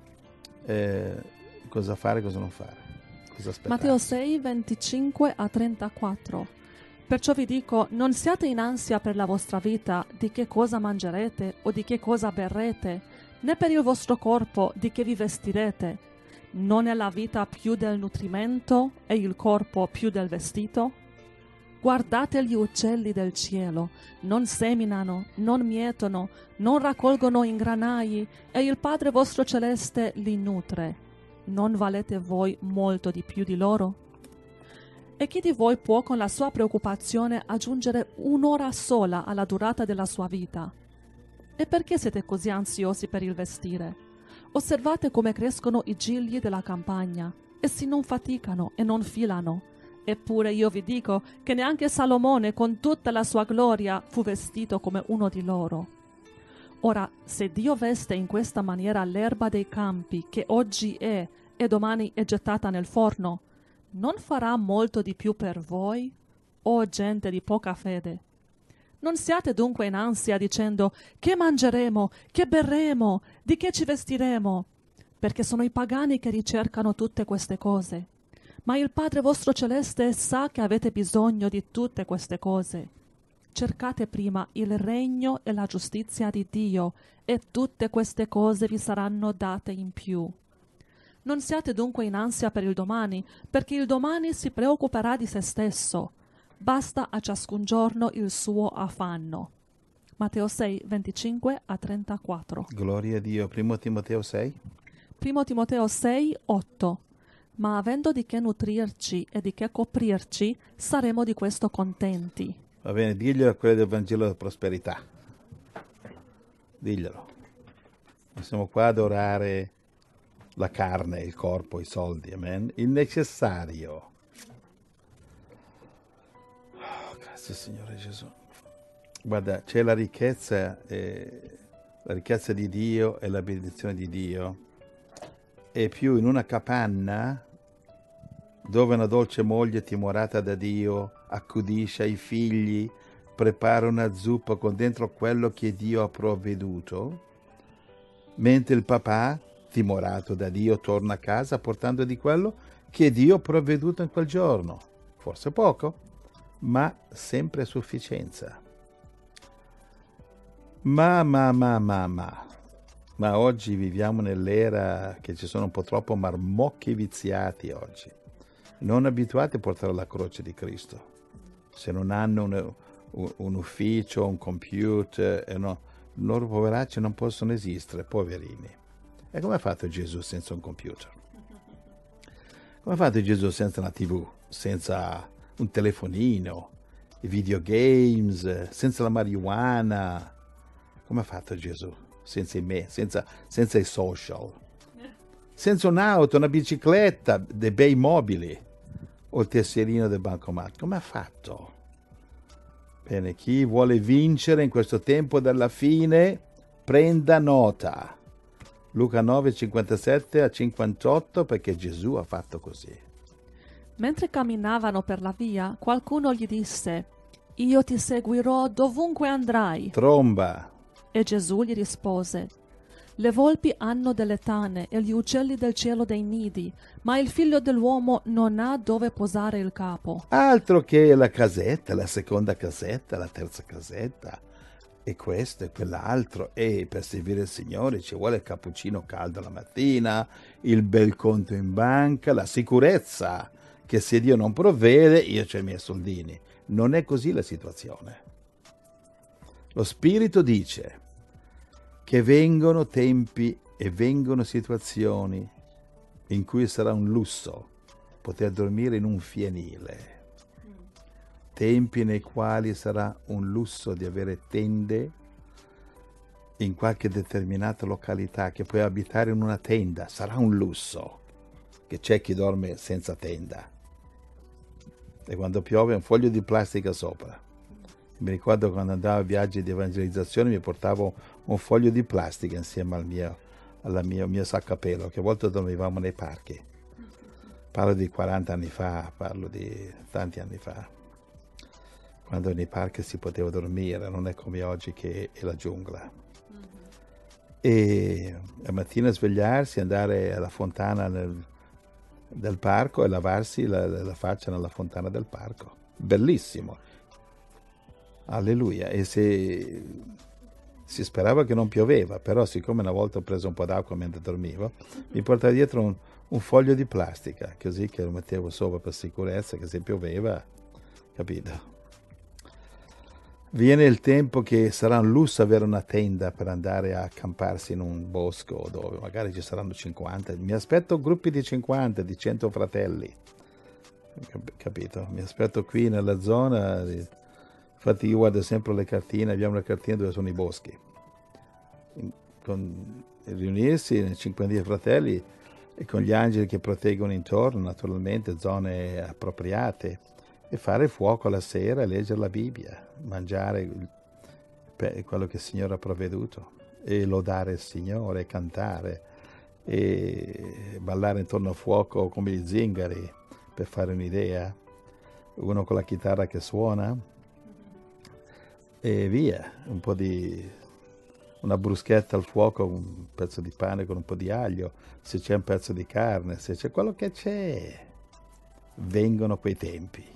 eh, cosa fare e cosa non fare, cosa Matteo aspettarsi. sei, venticinque a trentaquattro. Perciò vi dico, non siate in ansia per la vostra vita, di che cosa mangerete o di che cosa berrete, né per il vostro corpo, di che vi vestirete. Non è la vita più del nutrimento e il corpo più del vestito? Guardate gli uccelli del cielo, non seminano, non mietono, non raccolgono in granai, e il Padre vostro celeste li nutre. Non valete voi molto di più di loro? E chi di voi può con la sua preoccupazione aggiungere un'ora sola alla durata della sua vita? E perché siete così ansiosi per il vestire? Osservate come crescono i gigli della campagna. Essi non faticano e non filano. Eppure io vi dico che neanche Salomone con tutta la sua gloria fu vestito come uno di loro. Ora, se Dio veste in questa maniera l'erba dei campi, che oggi è e domani è gettata nel forno, non farà molto di più per voi, o gente di poca fede? Non siate dunque in ansia dicendo: che mangeremo, che berremo, di che ci vestiremo? Perché sono i pagani che ricercano tutte queste cose. Ma il Padre vostro celeste sa che avete bisogno di tutte queste cose. Cercate prima il regno e la giustizia di Dio, e tutte queste cose vi saranno date in più. Non siate dunque in ansia per il domani, perché il domani si preoccuperà di se stesso. Basta a ciascun giorno il suo affanno. Matteo sei, venticinque a trentaquattro. Gloria a Dio. Primo Timoteo sei. Primo Timoteo sei, otto. Ma avendo di che nutrirci e di che coprirci, saremo di questo contenti. Va bene, diglielo a quello del Vangelo della prosperità. Diglielo. Non siamo qua ad adorare la carne, il corpo, i soldi, amen? Il necessario. Oh, grazie Signore Gesù. Guarda, c'è la ricchezza, eh, la ricchezza di Dio e la benedizione di Dio. E più in una capanna dove una dolce moglie timorata da Dio accudisce i figli, prepara una zuppa con dentro quello che Dio ha provveduto, mentre il papà, timorato da Dio, torna a casa portando di quello che Dio ha provveduto in quel giorno. Forse poco, ma sempre a sufficienza. Ma, ma, ma, ma, ma. Ma oggi viviamo nell'era che ci sono un po' troppo marmocchi viziati oggi, non abituati a portare la croce di Cristo. Se non hanno un, un, un ufficio, un computer, eh no, i loro poveracci non possono esistere, poverini. E come ha fatto Gesù senza un computer? Come ha fatto Gesù senza una tivù, senza un telefonino, i videogames, senza la marijuana? Come ha fatto Gesù? Senza i me, senza, senza i social, senza un'auto, una bicicletta, dei bei mobili o il tesserino del bancomat. Come ha fatto? Bene, chi vuole vincere in questo tempo della fine, prenda nota. Luca nove, cinquantasette a cinquantotto, perché Gesù ha fatto così. Mentre camminavano per la via, qualcuno gli disse: io ti seguirò dovunque andrai. Tromba. E Gesù gli rispose: le volpi hanno delle tane e gli uccelli del cielo dei nidi, ma il figlio dell'uomo non ha dove posare il capo. Altro che la casetta, la seconda casetta, la terza casetta, e questo e quell'altro. E per servire il Signore ci vuole il cappuccino caldo la mattina, il bel conto in banca, la sicurezza che se Dio non provvede io c'ho i miei soldini. Non è così la situazione. Lo Spirito dice che vengono tempi e vengono situazioni in cui sarà un lusso poter dormire in un fienile, tempi nei quali sarà un lusso di avere tende in qualche determinata località, che puoi abitare in una tenda, sarà un lusso, che c'è chi dorme senza tenda e quando piove un foglio di plastica sopra. Mi ricordo quando andavo a viaggi di evangelizzazione mi portavo un foglio di plastica insieme al mio, alla mia, mio sacco a pelo, che a volte dormivamo nei parchi. Parlo di quaranta anni fa, parlo di tanti anni fa. quando nei parchi si poteva dormire, non è come oggi che è la giungla. Mm-hmm. E la mattina svegliarsi, andare alla fontana nel, del parco e lavarsi la, la faccia nella fontana del parco. Bellissimo. Alleluia. E se si sperava che non pioveva, però siccome una volta ho preso un po' d'acqua mentre dormivo, mi portavo dietro un, un foglio di plastica, così che lo mettevo sopra per sicurezza, che se pioveva, capito? Viene il tempo che sarà un lusso avere una tenda per andare a accamparsi in un bosco dove magari ci saranno cinquanta. Mi aspetto gruppi di cinquanta, di cento fratelli, capito? Mi aspetto qui nella zona. Infatti io guardo sempre le cartine, abbiamo le cartine dove sono i boschi. Con, riunirsi in cinquanta fratelli e con gli angeli che proteggono intorno, naturalmente, zone appropriate, e fare fuoco la sera e leggere la Bibbia, mangiare quello che il Signore ha provveduto e lodare il Signore, e cantare e ballare intorno a fuoco come gli zingari, per fare un'idea, uno con la chitarra che suona e via, un po' di una bruschetta al fuoco, un pezzo di pane con un po' di aglio, se c'è un pezzo di carne, se c'è quello che c'è. Vengono quei tempi.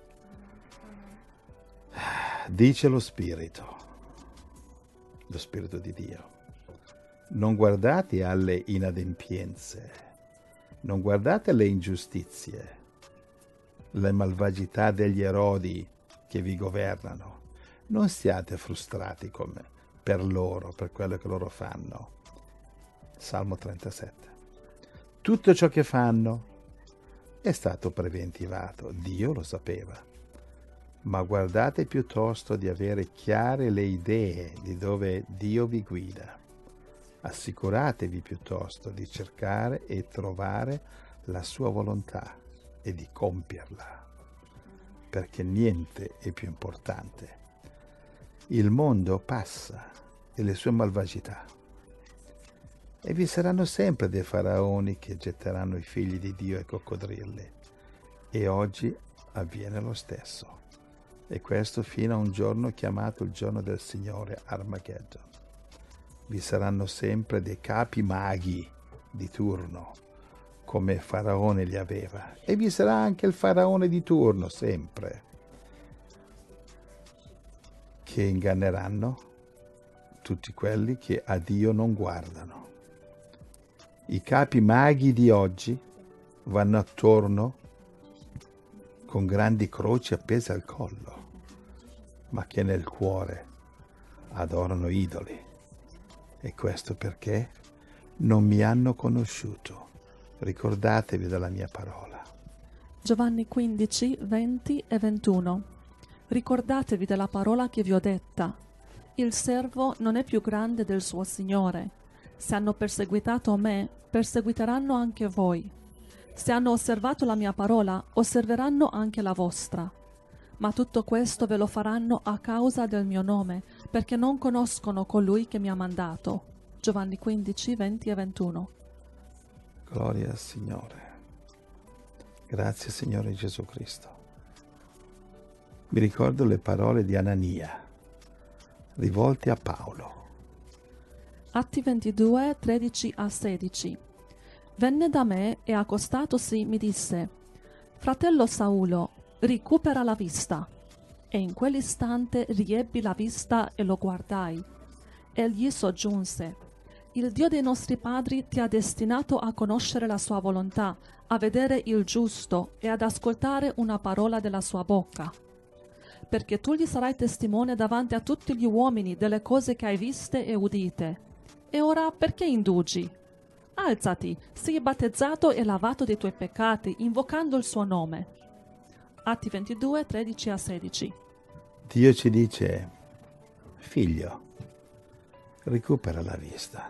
Dice lo Spirito, lo Spirito di Dio, non guardate alle inadempienze, non guardate alle ingiustizie, le malvagità degli erodi che vi governano, non siate frustrati come per loro, per quello che loro fanno. Salmo trentasette. Tutto ciò che fanno è stato preventivato, Dio lo sapeva. Ma guardate piuttosto di avere chiare le idee di dove Dio vi guida. Assicuratevi piuttosto di cercare e trovare la sua volontà e di compierla, perché niente è più importante. Il mondo passa e le sue malvagità, e vi saranno sempre dei faraoni che getteranno i figli di Dio ai coccodrilli, e oggi avviene lo stesso. E questo fino a un giorno chiamato il giorno del Signore, Armageddon. Vi saranno sempre dei capi maghi di turno, come Faraone li aveva. E vi sarà anche il Faraone di turno, sempre, che inganneranno tutti quelli che a Dio non guardano. I capi maghi di oggi vanno attorno con grandi croci appese al collo, ma che nel cuore adorano idoli. E questo perché non mi hanno conosciuto. Ricordatevi della mia parola. Giovanni quindici, venti e ventuno. Ricordatevi della parola che vi ho detta. Il servo non è più grande del suo Signore. Se hanno perseguitato me, perseguiteranno anche voi. Se hanno osservato la mia parola, osserveranno anche la vostra. Ma tutto questo ve lo faranno a causa del mio nome, perché non conoscono colui che mi ha mandato. Giovanni quindici, venti e ventuno. Gloria al Signore. Grazie Signore Gesù Cristo. Mi ricordo le parole di Anania, rivolte a Paolo. Atti ventidue, tredici a sedici. Venne da me e accostatosi mi disse: Fratello Saulo, recupera la vista. E in quell'istante riebbi la vista e lo guardai. Egli soggiunse: Il Dio dei nostri padri ti ha destinato a conoscere la sua volontà, a vedere il giusto e ad ascoltare una parola della sua bocca. Perché tu gli sarai testimone davanti a tutti gli uomini delle cose che hai viste e udite. E ora perché indugi? Alzati, sii battezzato e lavato dei tuoi peccati, invocando il suo nome. Atti ventidue, tredici a sedici. Dio ci dice: figlio, recupera la vista.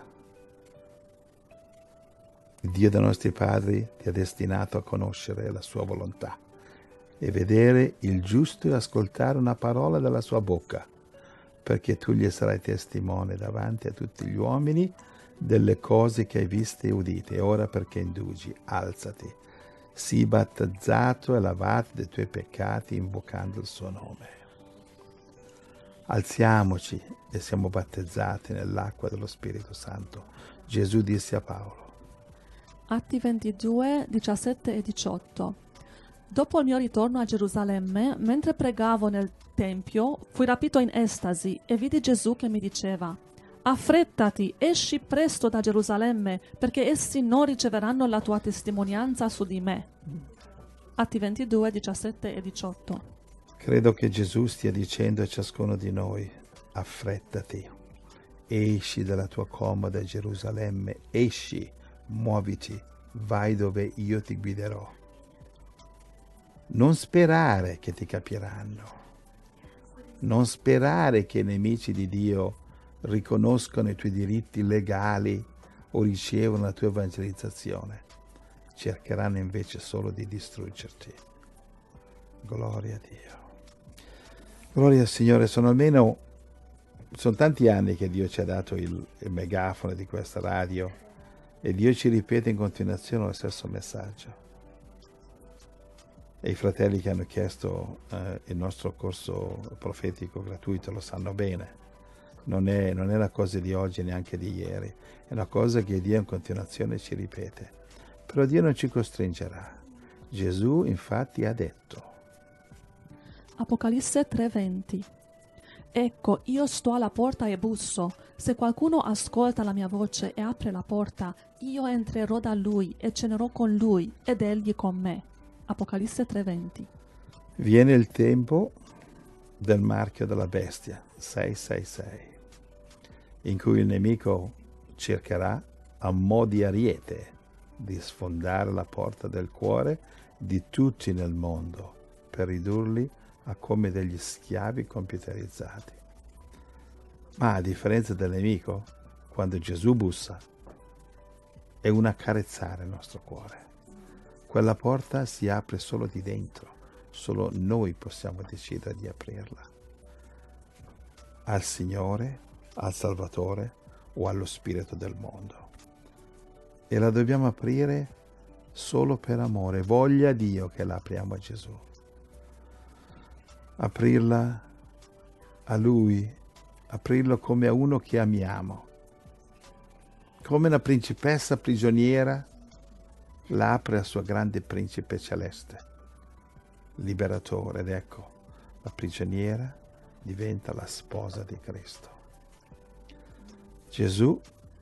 Il Dio dei nostri padri ti ha destinato a conoscere la sua volontà e vedere il giusto e ascoltare una parola dalla sua bocca, perché tu gli sarai testimone davanti a tutti gli uomini delle cose che hai viste e udite. E ora perché indugi? Alzati, sii battezzato e lavato dei tuoi peccati invocando il suo nome. Alziamoci e siamo battezzati nell'acqua dello Spirito Santo. Gesù disse a Paolo. Atti ventidue, diciassette e diciotto. Dopo il mio ritorno a Gerusalemme, mentre pregavo nel Tempio, fui rapito in estasi e vidi Gesù che mi diceva: affrettati, esci presto da Gerusalemme, perché essi non riceveranno la tua testimonianza su di me. Atti ventidue, diciassette e diciotto. Credo che Gesù stia dicendo a ciascuno di noi: affrettati, esci dalla tua comoda Gerusalemme, esci, muoviti, vai dove io ti guiderò. Non sperare che ti capiranno, non sperare che i nemici di Dio riconoscono i tuoi diritti legali o ricevono la tua evangelizzazione. Cercheranno invece solo di distruggerti. Gloria a Dio. Gloria al Signore. Sono almeno, sono tanti anni che Dio ci ha dato il, il megafono di questa radio e Dio ci ripete in continuazione lo stesso messaggio. E i fratelli che hanno chiesto eh, il nostro corso profetico gratuito lo sanno bene. Non è, non è una cosa di oggi, neanche di ieri, è una cosa che Dio in continuazione ci ripete. Però Dio non ci costringerà. Gesù infatti ha detto. Apocalisse tre venti. Ecco, io sto alla porta e busso. Se qualcuno ascolta la mia voce e apre la porta, io entrerò da lui e cenerò con lui ed egli con me. Apocalisse tre venti. Viene il tempo del marchio della bestia, sei sei sei, in cui il nemico cercherà a mo' di ariete di sfondare la porta del cuore di tutti nel mondo per ridurli a come degli schiavi computerizzati. Ma a differenza del nemico, quando Gesù bussa, è un accarezzare il nostro cuore. Quella porta si apre solo di dentro, solo noi possiamo decidere di aprirla. Al Signore, al Salvatore o allo Spirito del mondo. E la dobbiamo aprire solo per amore. Voglia Dio che la apriamo a Gesù. Aprirla a Lui, aprirlo come a uno che amiamo. Come una principessa prigioniera la apre al suo grande principe celeste, liberatore, ed ecco, la prigioniera diventa la sposa di Cristo. Gesù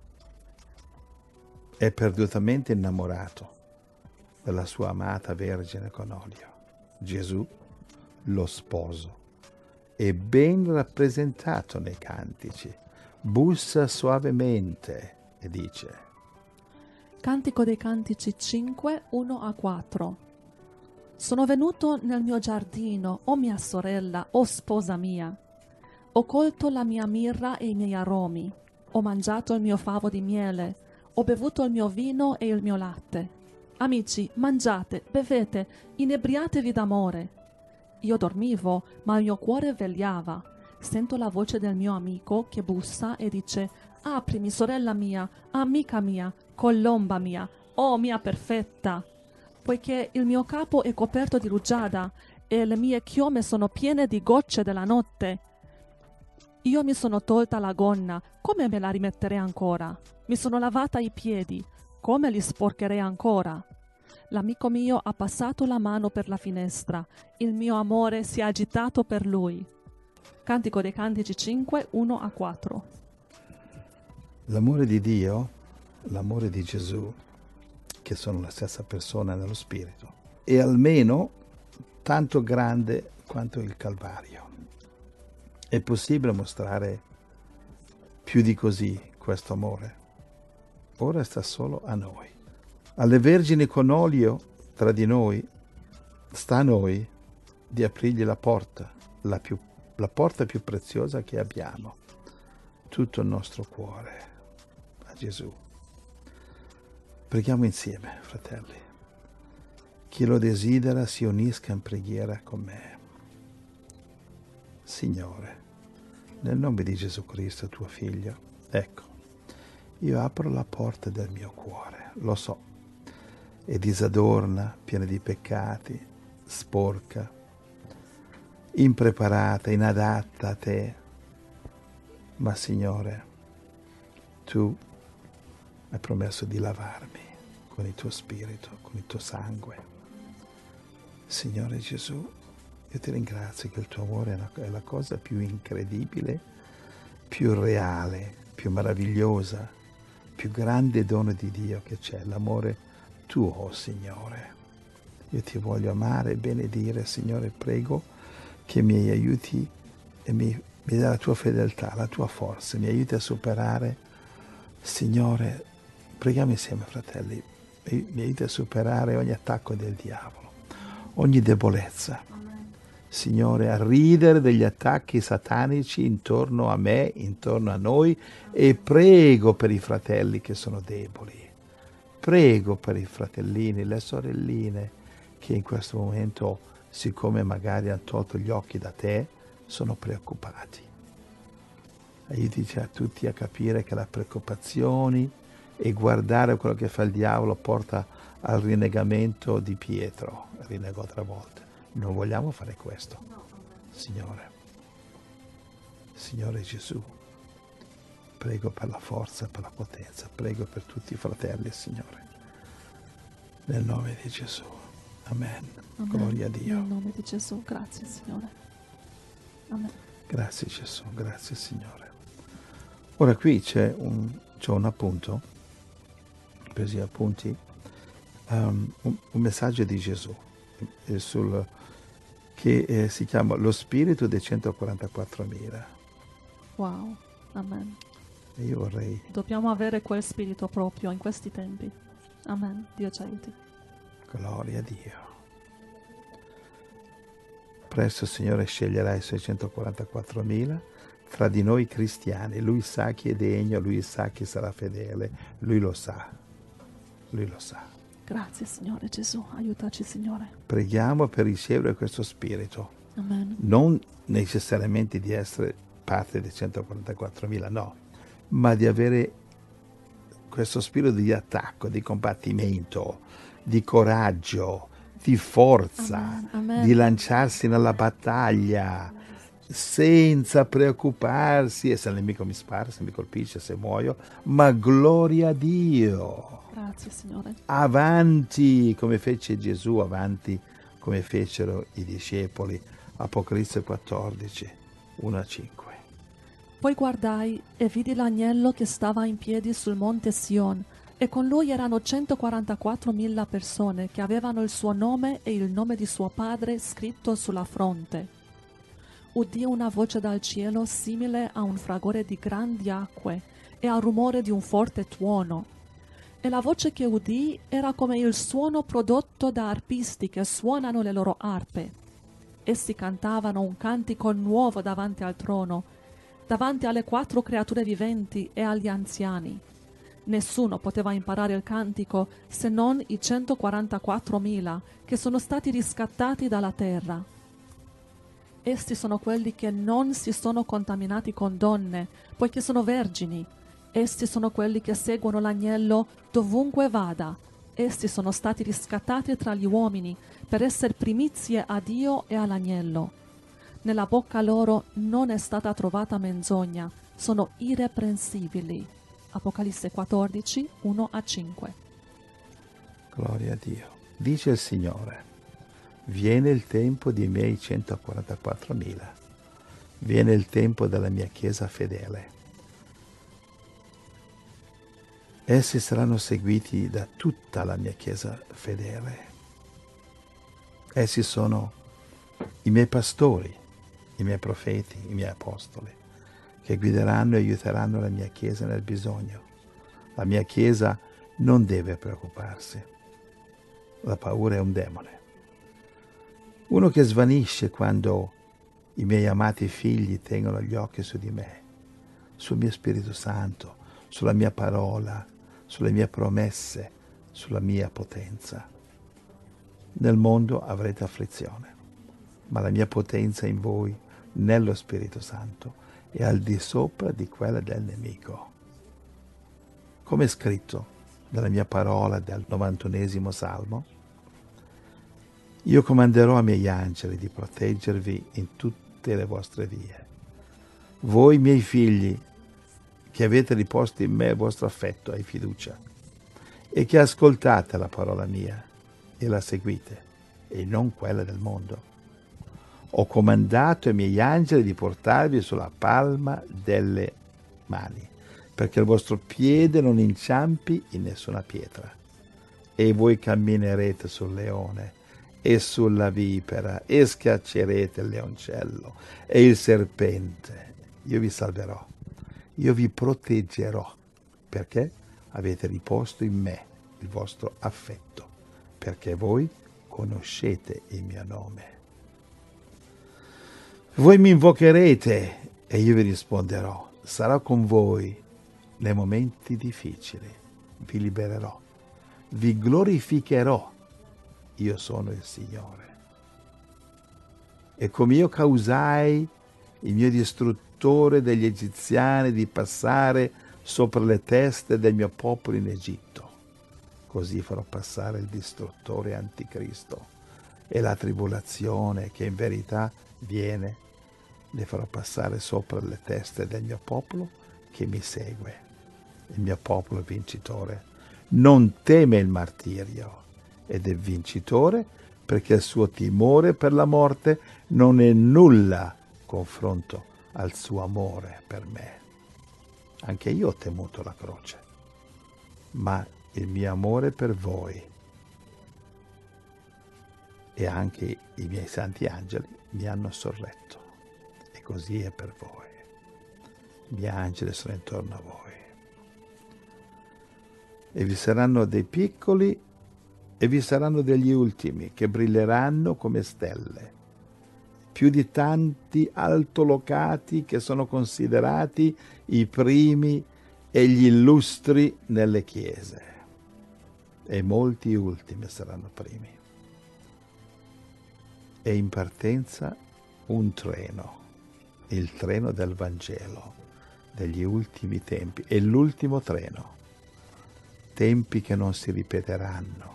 è perdutamente innamorato della sua amata Vergine con olio. Gesù, lo sposo, è ben rappresentato nei cantici. Bussa suavemente e dice: Cantico dei Cantici cinque, uno a quattro. Sono venuto nel mio giardino, o mia sorella, o sposa mia. Ho colto la mia mirra e i miei aromi. Ho mangiato il mio favo di miele. Ho bevuto il mio vino e il mio latte. Amici, mangiate, bevete, inebriatevi d'amore. Io dormivo, ma il mio cuore vegliava. Sento la voce del mio amico che bussa e dice: aprimi, sorella mia, amica mia, colomba mia, oh mia perfetta, poiché il mio capo è coperto di rugiada e le mie chiome sono piene di gocce della notte. Io mi sono tolta la gonna, come me la rimetterei ancora? Mi sono lavata i piedi, come li sporcherei ancora? L'amico mio ha passato la mano per la finestra, il mio amore si è agitato per lui. Cantico dei Cantici cinque, uno a quattro. L'amore di Dio, l'amore di Gesù, che sono la stessa persona nello Spirito, è almeno tanto grande quanto il Calvario. È possibile mostrare più di così questo amore? Ora sta solo a noi. Alle vergini con olio tra di noi, sta a noi di aprirgli la porta, la, più, la porta più preziosa che abbiamo, tutto il nostro cuore, a Gesù. Preghiamo insieme, fratelli. Chi lo desidera si unisca in preghiera con me. Signore, nel nome di Gesù Cristo, tuo Figlio, ecco, io apro la porta del mio cuore, lo so, è disadorna, piena di peccati, sporca, impreparata, inadatta a te, ma Signore, Tu hai promesso di lavarmi con il Tuo Spirito, con il Tuo sangue. Signore Gesù, io ti ringrazio che il Tuo amore è la, è la cosa più incredibile, più reale, più meravigliosa, più grande dono di Dio che c'è, l'amore Tuo, Signore. Io ti voglio amare e benedire, Signore, prego che mi aiuti e mi, mi dà la Tua fedeltà, la Tua forza, mi aiuti a superare, Signore, preghiamo insieme, fratelli, mi, mi aiuti a superare ogni attacco del diavolo, ogni debolezza. Signore, a ridere degli attacchi satanici intorno a me, intorno a noi, e prego per i fratelli che sono deboli. Prego per i fratellini, le sorelline che in questo momento, siccome magari hanno tolto gli occhi da te, sono preoccupati. Aiutici a tutti a capire che le preoccupazioni e guardare quello che fa il diavolo porta al rinnegamento di Pietro. Rinnegò tre volte. Non vogliamo fare questo, Signore. Signore Gesù, prego per la forza, per la potenza, prego per tutti i fratelli, Signore. Nel nome di Gesù. Amen. Amen. Gloria a Dio. Nel nome di Gesù, grazie Signore. Amen. Grazie Gesù, grazie Signore. Ora qui c'è un, c'è un appunto, presi appunti, um, un, un messaggio di Gesù eh, sul, che eh, si chiama Lo Spirito dei centoquarantaquattromila. Wow, amen. E io vorrei... Dobbiamo avere quel spirito proprio in questi tempi. Amen. Dio ci aiuti. Gloria a Dio. Presto, Signore, sceglierà i suoi centoquarantaquattromila tra di noi cristiani. Lui sa chi è degno, Lui sa chi sarà fedele. Lui lo sa. Lui lo sa. Grazie, Signore Gesù. Aiutaci, Signore. Preghiamo per ricevere questo spirito. Amen. Non necessariamente di essere parte dei centoquarantaquattromila, no, ma di avere questo spirito di attacco, di combattimento, di coraggio, di forza, Amen, amen. di lanciarsi nella battaglia senza preoccuparsi, e se il nemico mi spara, se mi colpisce, se muoio, ma gloria a Dio. Grazie, Signore. Avanti, come fece Gesù, avanti come fecero i discepoli. Apocalisse quattordici, uno a cinque. Poi guardai e vidi l'agnello che stava in piedi sul monte Sion, e con lui erano centoquarantaquattromila persone che avevano il suo nome e il nome di suo padre scritto sulla fronte. Udì una voce dal cielo simile a un fragore di grandi acque e al rumore di un forte tuono. E la voce che udì era come il suono prodotto da arpisti che suonano le loro arpe. Essi cantavano un cantico nuovo davanti al trono, davanti alle quattro creature viventi e agli anziani. Nessuno poteva imparare il cantico se non i centoquarantaquattromila che sono stati riscattati dalla terra. Essi sono quelli che non si sono contaminati con donne, poiché sono vergini. Essi sono quelli che seguono l'agnello dovunque vada. Essi sono stati riscattati tra gli uomini per essere primizie a Dio e all'agnello. Nella bocca loro non è stata trovata menzogna, sono irreprensibili. Apocalisse quattordici, uno a cinque. Gloria a Dio. Dice il Signore, viene il tempo dei miei centoquarantaquattromila, viene il tempo della mia Chiesa fedele. Essi saranno seguiti da tutta la mia Chiesa fedele. Essi sono i miei pastori, i miei profeti, i miei apostoli, che guideranno e aiuteranno la mia Chiesa nel bisogno. La mia Chiesa non deve preoccuparsi. La paura è un demone. Uno che svanisce quando i miei amati figli tengono gli occhi su di me, sul mio Spirito Santo, sulla mia parola, sulle mie promesse, sulla mia potenza. Nel mondo avrete afflizione, ma la mia potenza in voi, nello Spirito Santo, è al di sopra di quella del nemico. Come è scritto nella mia parola del novantunesimo Salmo, io comanderò ai miei angeli di proteggervi in tutte le vostre vie. Voi miei figli, che avete riposto in me il vostro affetto e fiducia, e che ascoltate la parola mia e la seguite, e non quella del mondo. Ho comandato ai miei angeli di portarvi sulla palma delle mani, perché il vostro piede non inciampi in nessuna pietra. E voi camminerete sul leone e sulla vipera, e schiaccerete il leoncello e il serpente. Io vi salverò, io vi proteggerò, perché avete riposto in me il vostro affetto, perché voi conoscete il mio nome. Voi mi invocherete e io vi risponderò. Sarò con voi nei momenti difficili. Vi libererò. Vi glorificherò. Io sono il Signore. E come io causai il mio distruttore degli egiziani di passare sopra le teste del mio popolo in Egitto, così farò passare il distruttore anticristo e la tribolazione che in verità viene, le farò passare sopra le teste del mio popolo che mi segue. Il mio popolo vincitore non teme il martirio ed è vincitore perché il suo timore per la morte non è nulla confronto al suo amore per me. Anche io ho temuto la croce, ma il mio amore per voi e anche i miei santi angeli mi hanno sorretto. E così è per voi. I miei angeli sono intorno a voi. E vi saranno dei piccoli e vi saranno degli ultimi che brilleranno come stelle, più di tanti altolocati che sono considerati i primi e gli illustri nelle chiese. E molti ultimi saranno primi. E in partenza un treno, il treno del Vangelo, degli ultimi tempi, è l'ultimo treno, tempi che non si ripeteranno.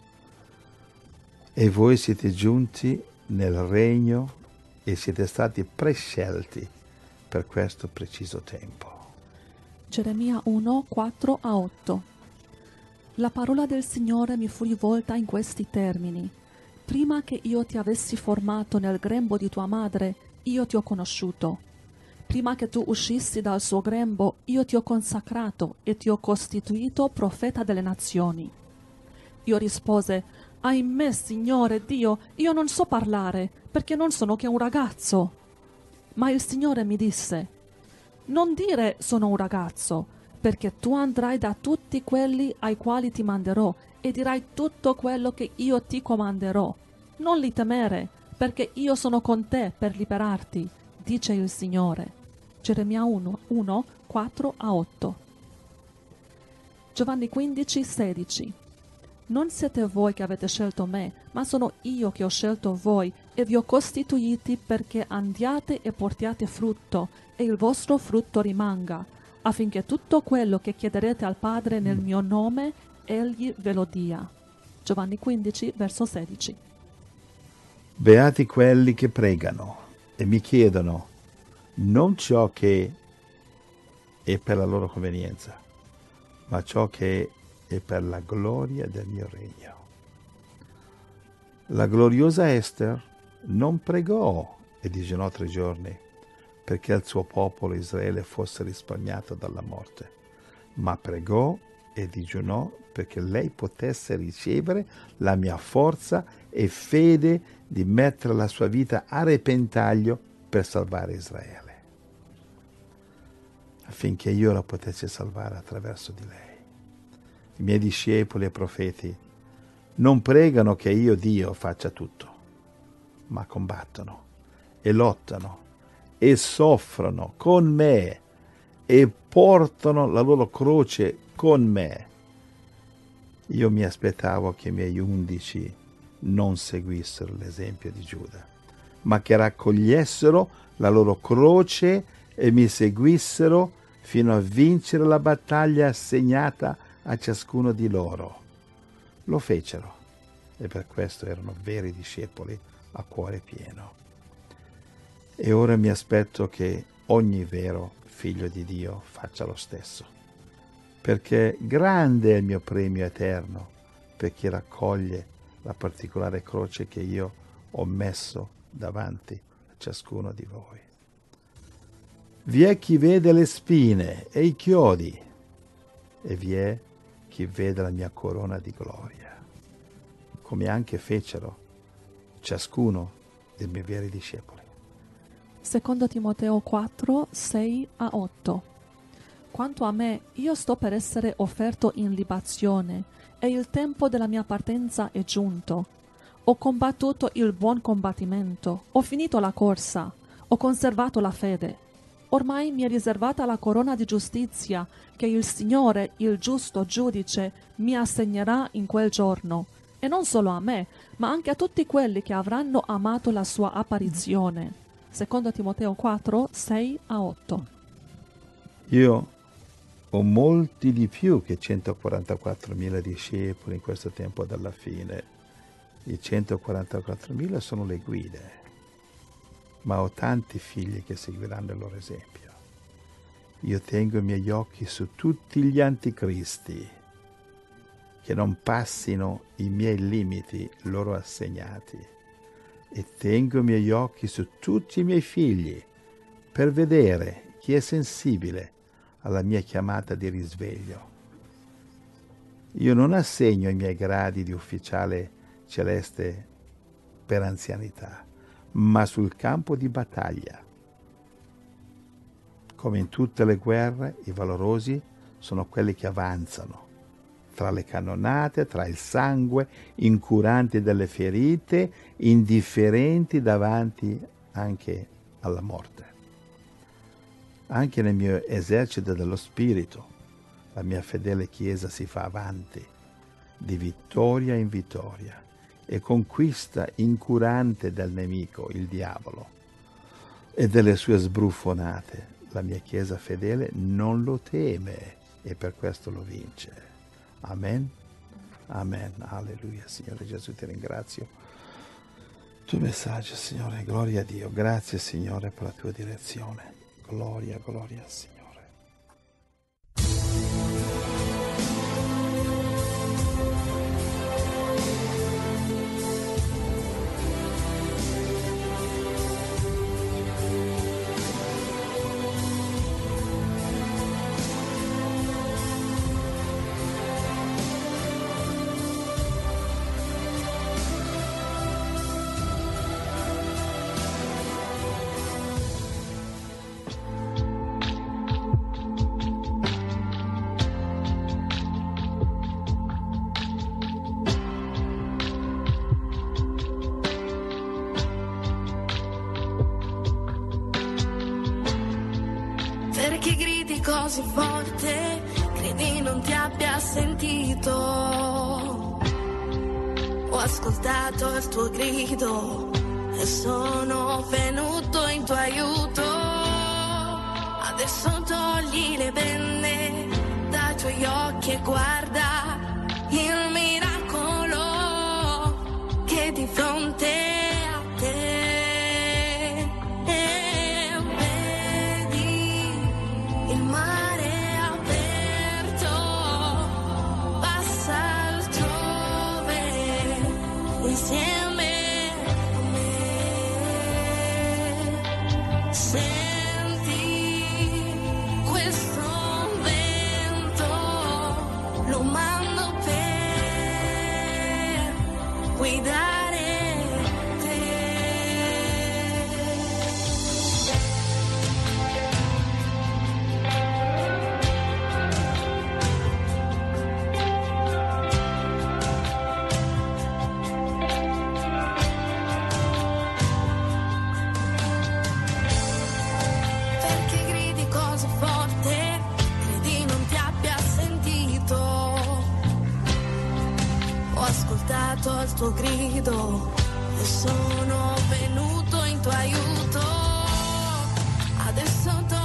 E voi siete giunti nel regno e siete stati prescelti per questo preciso tempo. Geremia uno, quattro a otto. La parola del Signore mi fu rivolta in questi termini. Prima che io ti avessi formato nel grembo di tua madre, io ti ho conosciuto. Prima che tu uscissi dal suo grembo, io ti ho consacrato e ti ho costituito profeta delle nazioni. Io rispose: ahimè, Signore Dio, io non so parlare, perché non sono che un ragazzo. Ma il Signore mi disse: non dire sono un ragazzo, perché tu andrai da tutti quelli ai quali ti manderò e dirai tutto quello che io ti comanderò. Non li temere, perché io sono con te per liberarti, dice il Signore. Geremia uno, quattro a otto. Giovanni quindici, sedici. Non siete voi che avete scelto me, ma sono io che ho scelto voi e vi ho costituiti perché andiate e portiate frutto, e il vostro frutto rimanga, affinché tutto quello che chiederete al Padre nel mio nome, Egli ve lo dia. Giovanni quindici, verso sedici. Beati quelli che pregano e mi chiedono non ciò che è per la loro convenienza, ma ciò che è per la gloria del mio regno. La gloriosa Ester non pregò e digiunò tre giorni perché il suo popolo Israele fosse risparmiato dalla morte, ma pregò e digiunò perché lei potesse ricevere la mia forza e fede di mettere la sua vita a repentaglio per salvare Israele, affinché io la potessi salvare attraverso di lei. I miei discepoli e profeti non pregano che io, Dio, faccia tutto, ma combattono e lottano e soffrono con me e portano la loro croce con me. Io mi aspettavo che i miei undici non seguissero l'esempio di Giuda, ma che raccogliessero la loro croce e mi seguissero fino a vincere la battaglia assegnata a ciascuno di loro. Lo fecero e per questo erano veri discepoli a cuore pieno. E ora mi aspetto che ogni vero figlio di Dio faccia lo stesso. Perché grande è il mio premio eterno per chi raccoglie la particolare croce che io ho messo davanti a ciascuno di voi. Vi è chi vede le spine e i chiodi, e vi è chi vede la mia corona di gloria, come anche fecero ciascuno dei miei veri discepoli. Secondo Timoteo quattro, sei a otto. Quanto a me, io sto per essere offerto in libazione, e il tempo della mia partenza è giunto. Ho combattuto il buon combattimento, ho finito la corsa, ho conservato la fede. Ormai mi è riservata la corona di giustizia che il Signore, il giusto giudice, mi assegnerà in quel giorno, e non solo a me, ma anche a tutti quelli che avranno amato la sua apparizione. Secondo Timoteo quattro, sei a otto. Io ho molti di più che centoquarantaquattromila discepoli in questo tempo della fine. I centoquarantaquattromila sono le guide, ma ho tanti figli che seguiranno il loro esempio. Io tengo i miei occhi su tutti gli anticristi, che non passino i miei limiti loro assegnati, e tengo i miei occhi su tutti i miei figli per vedere chi è sensibile alla mia chiamata di risveglio. Io non assegno i miei gradi di ufficiale celeste per anzianità, ma sul campo di battaglia. Come in tutte le guerre, i valorosi sono quelli che avanzano tra le cannonate, tra il sangue, incuranti delle ferite, indifferenti davanti anche alla morte. Anche nel mio esercito dello Spirito, la mia fedele Chiesa si fa avanti, di vittoria in vittoria, e conquista incurante del nemico, il diavolo, e delle sue sbruffonate. La mia Chiesa fedele non lo teme e per questo lo vince. Amen. Amen. Alleluia. Signore Gesù, ti ringrazio. Il tuo messaggio, Signore. Gloria a Dio. Grazie, Signore, per la tua direzione. Gloria, gloria al Signore. Perché gridi così forte, credi non ti abbia sentito. Ho ascoltato il tuo grido e sono venuto in tuo aiuto. Adesso togli le penne dai tuoi occhi e guarda il miracolo che è di fronte a te. Insieme a me, senti questo vento, lo mando per guidare te. Il tuo grido e sono venuto in tuo aiuto. Adesso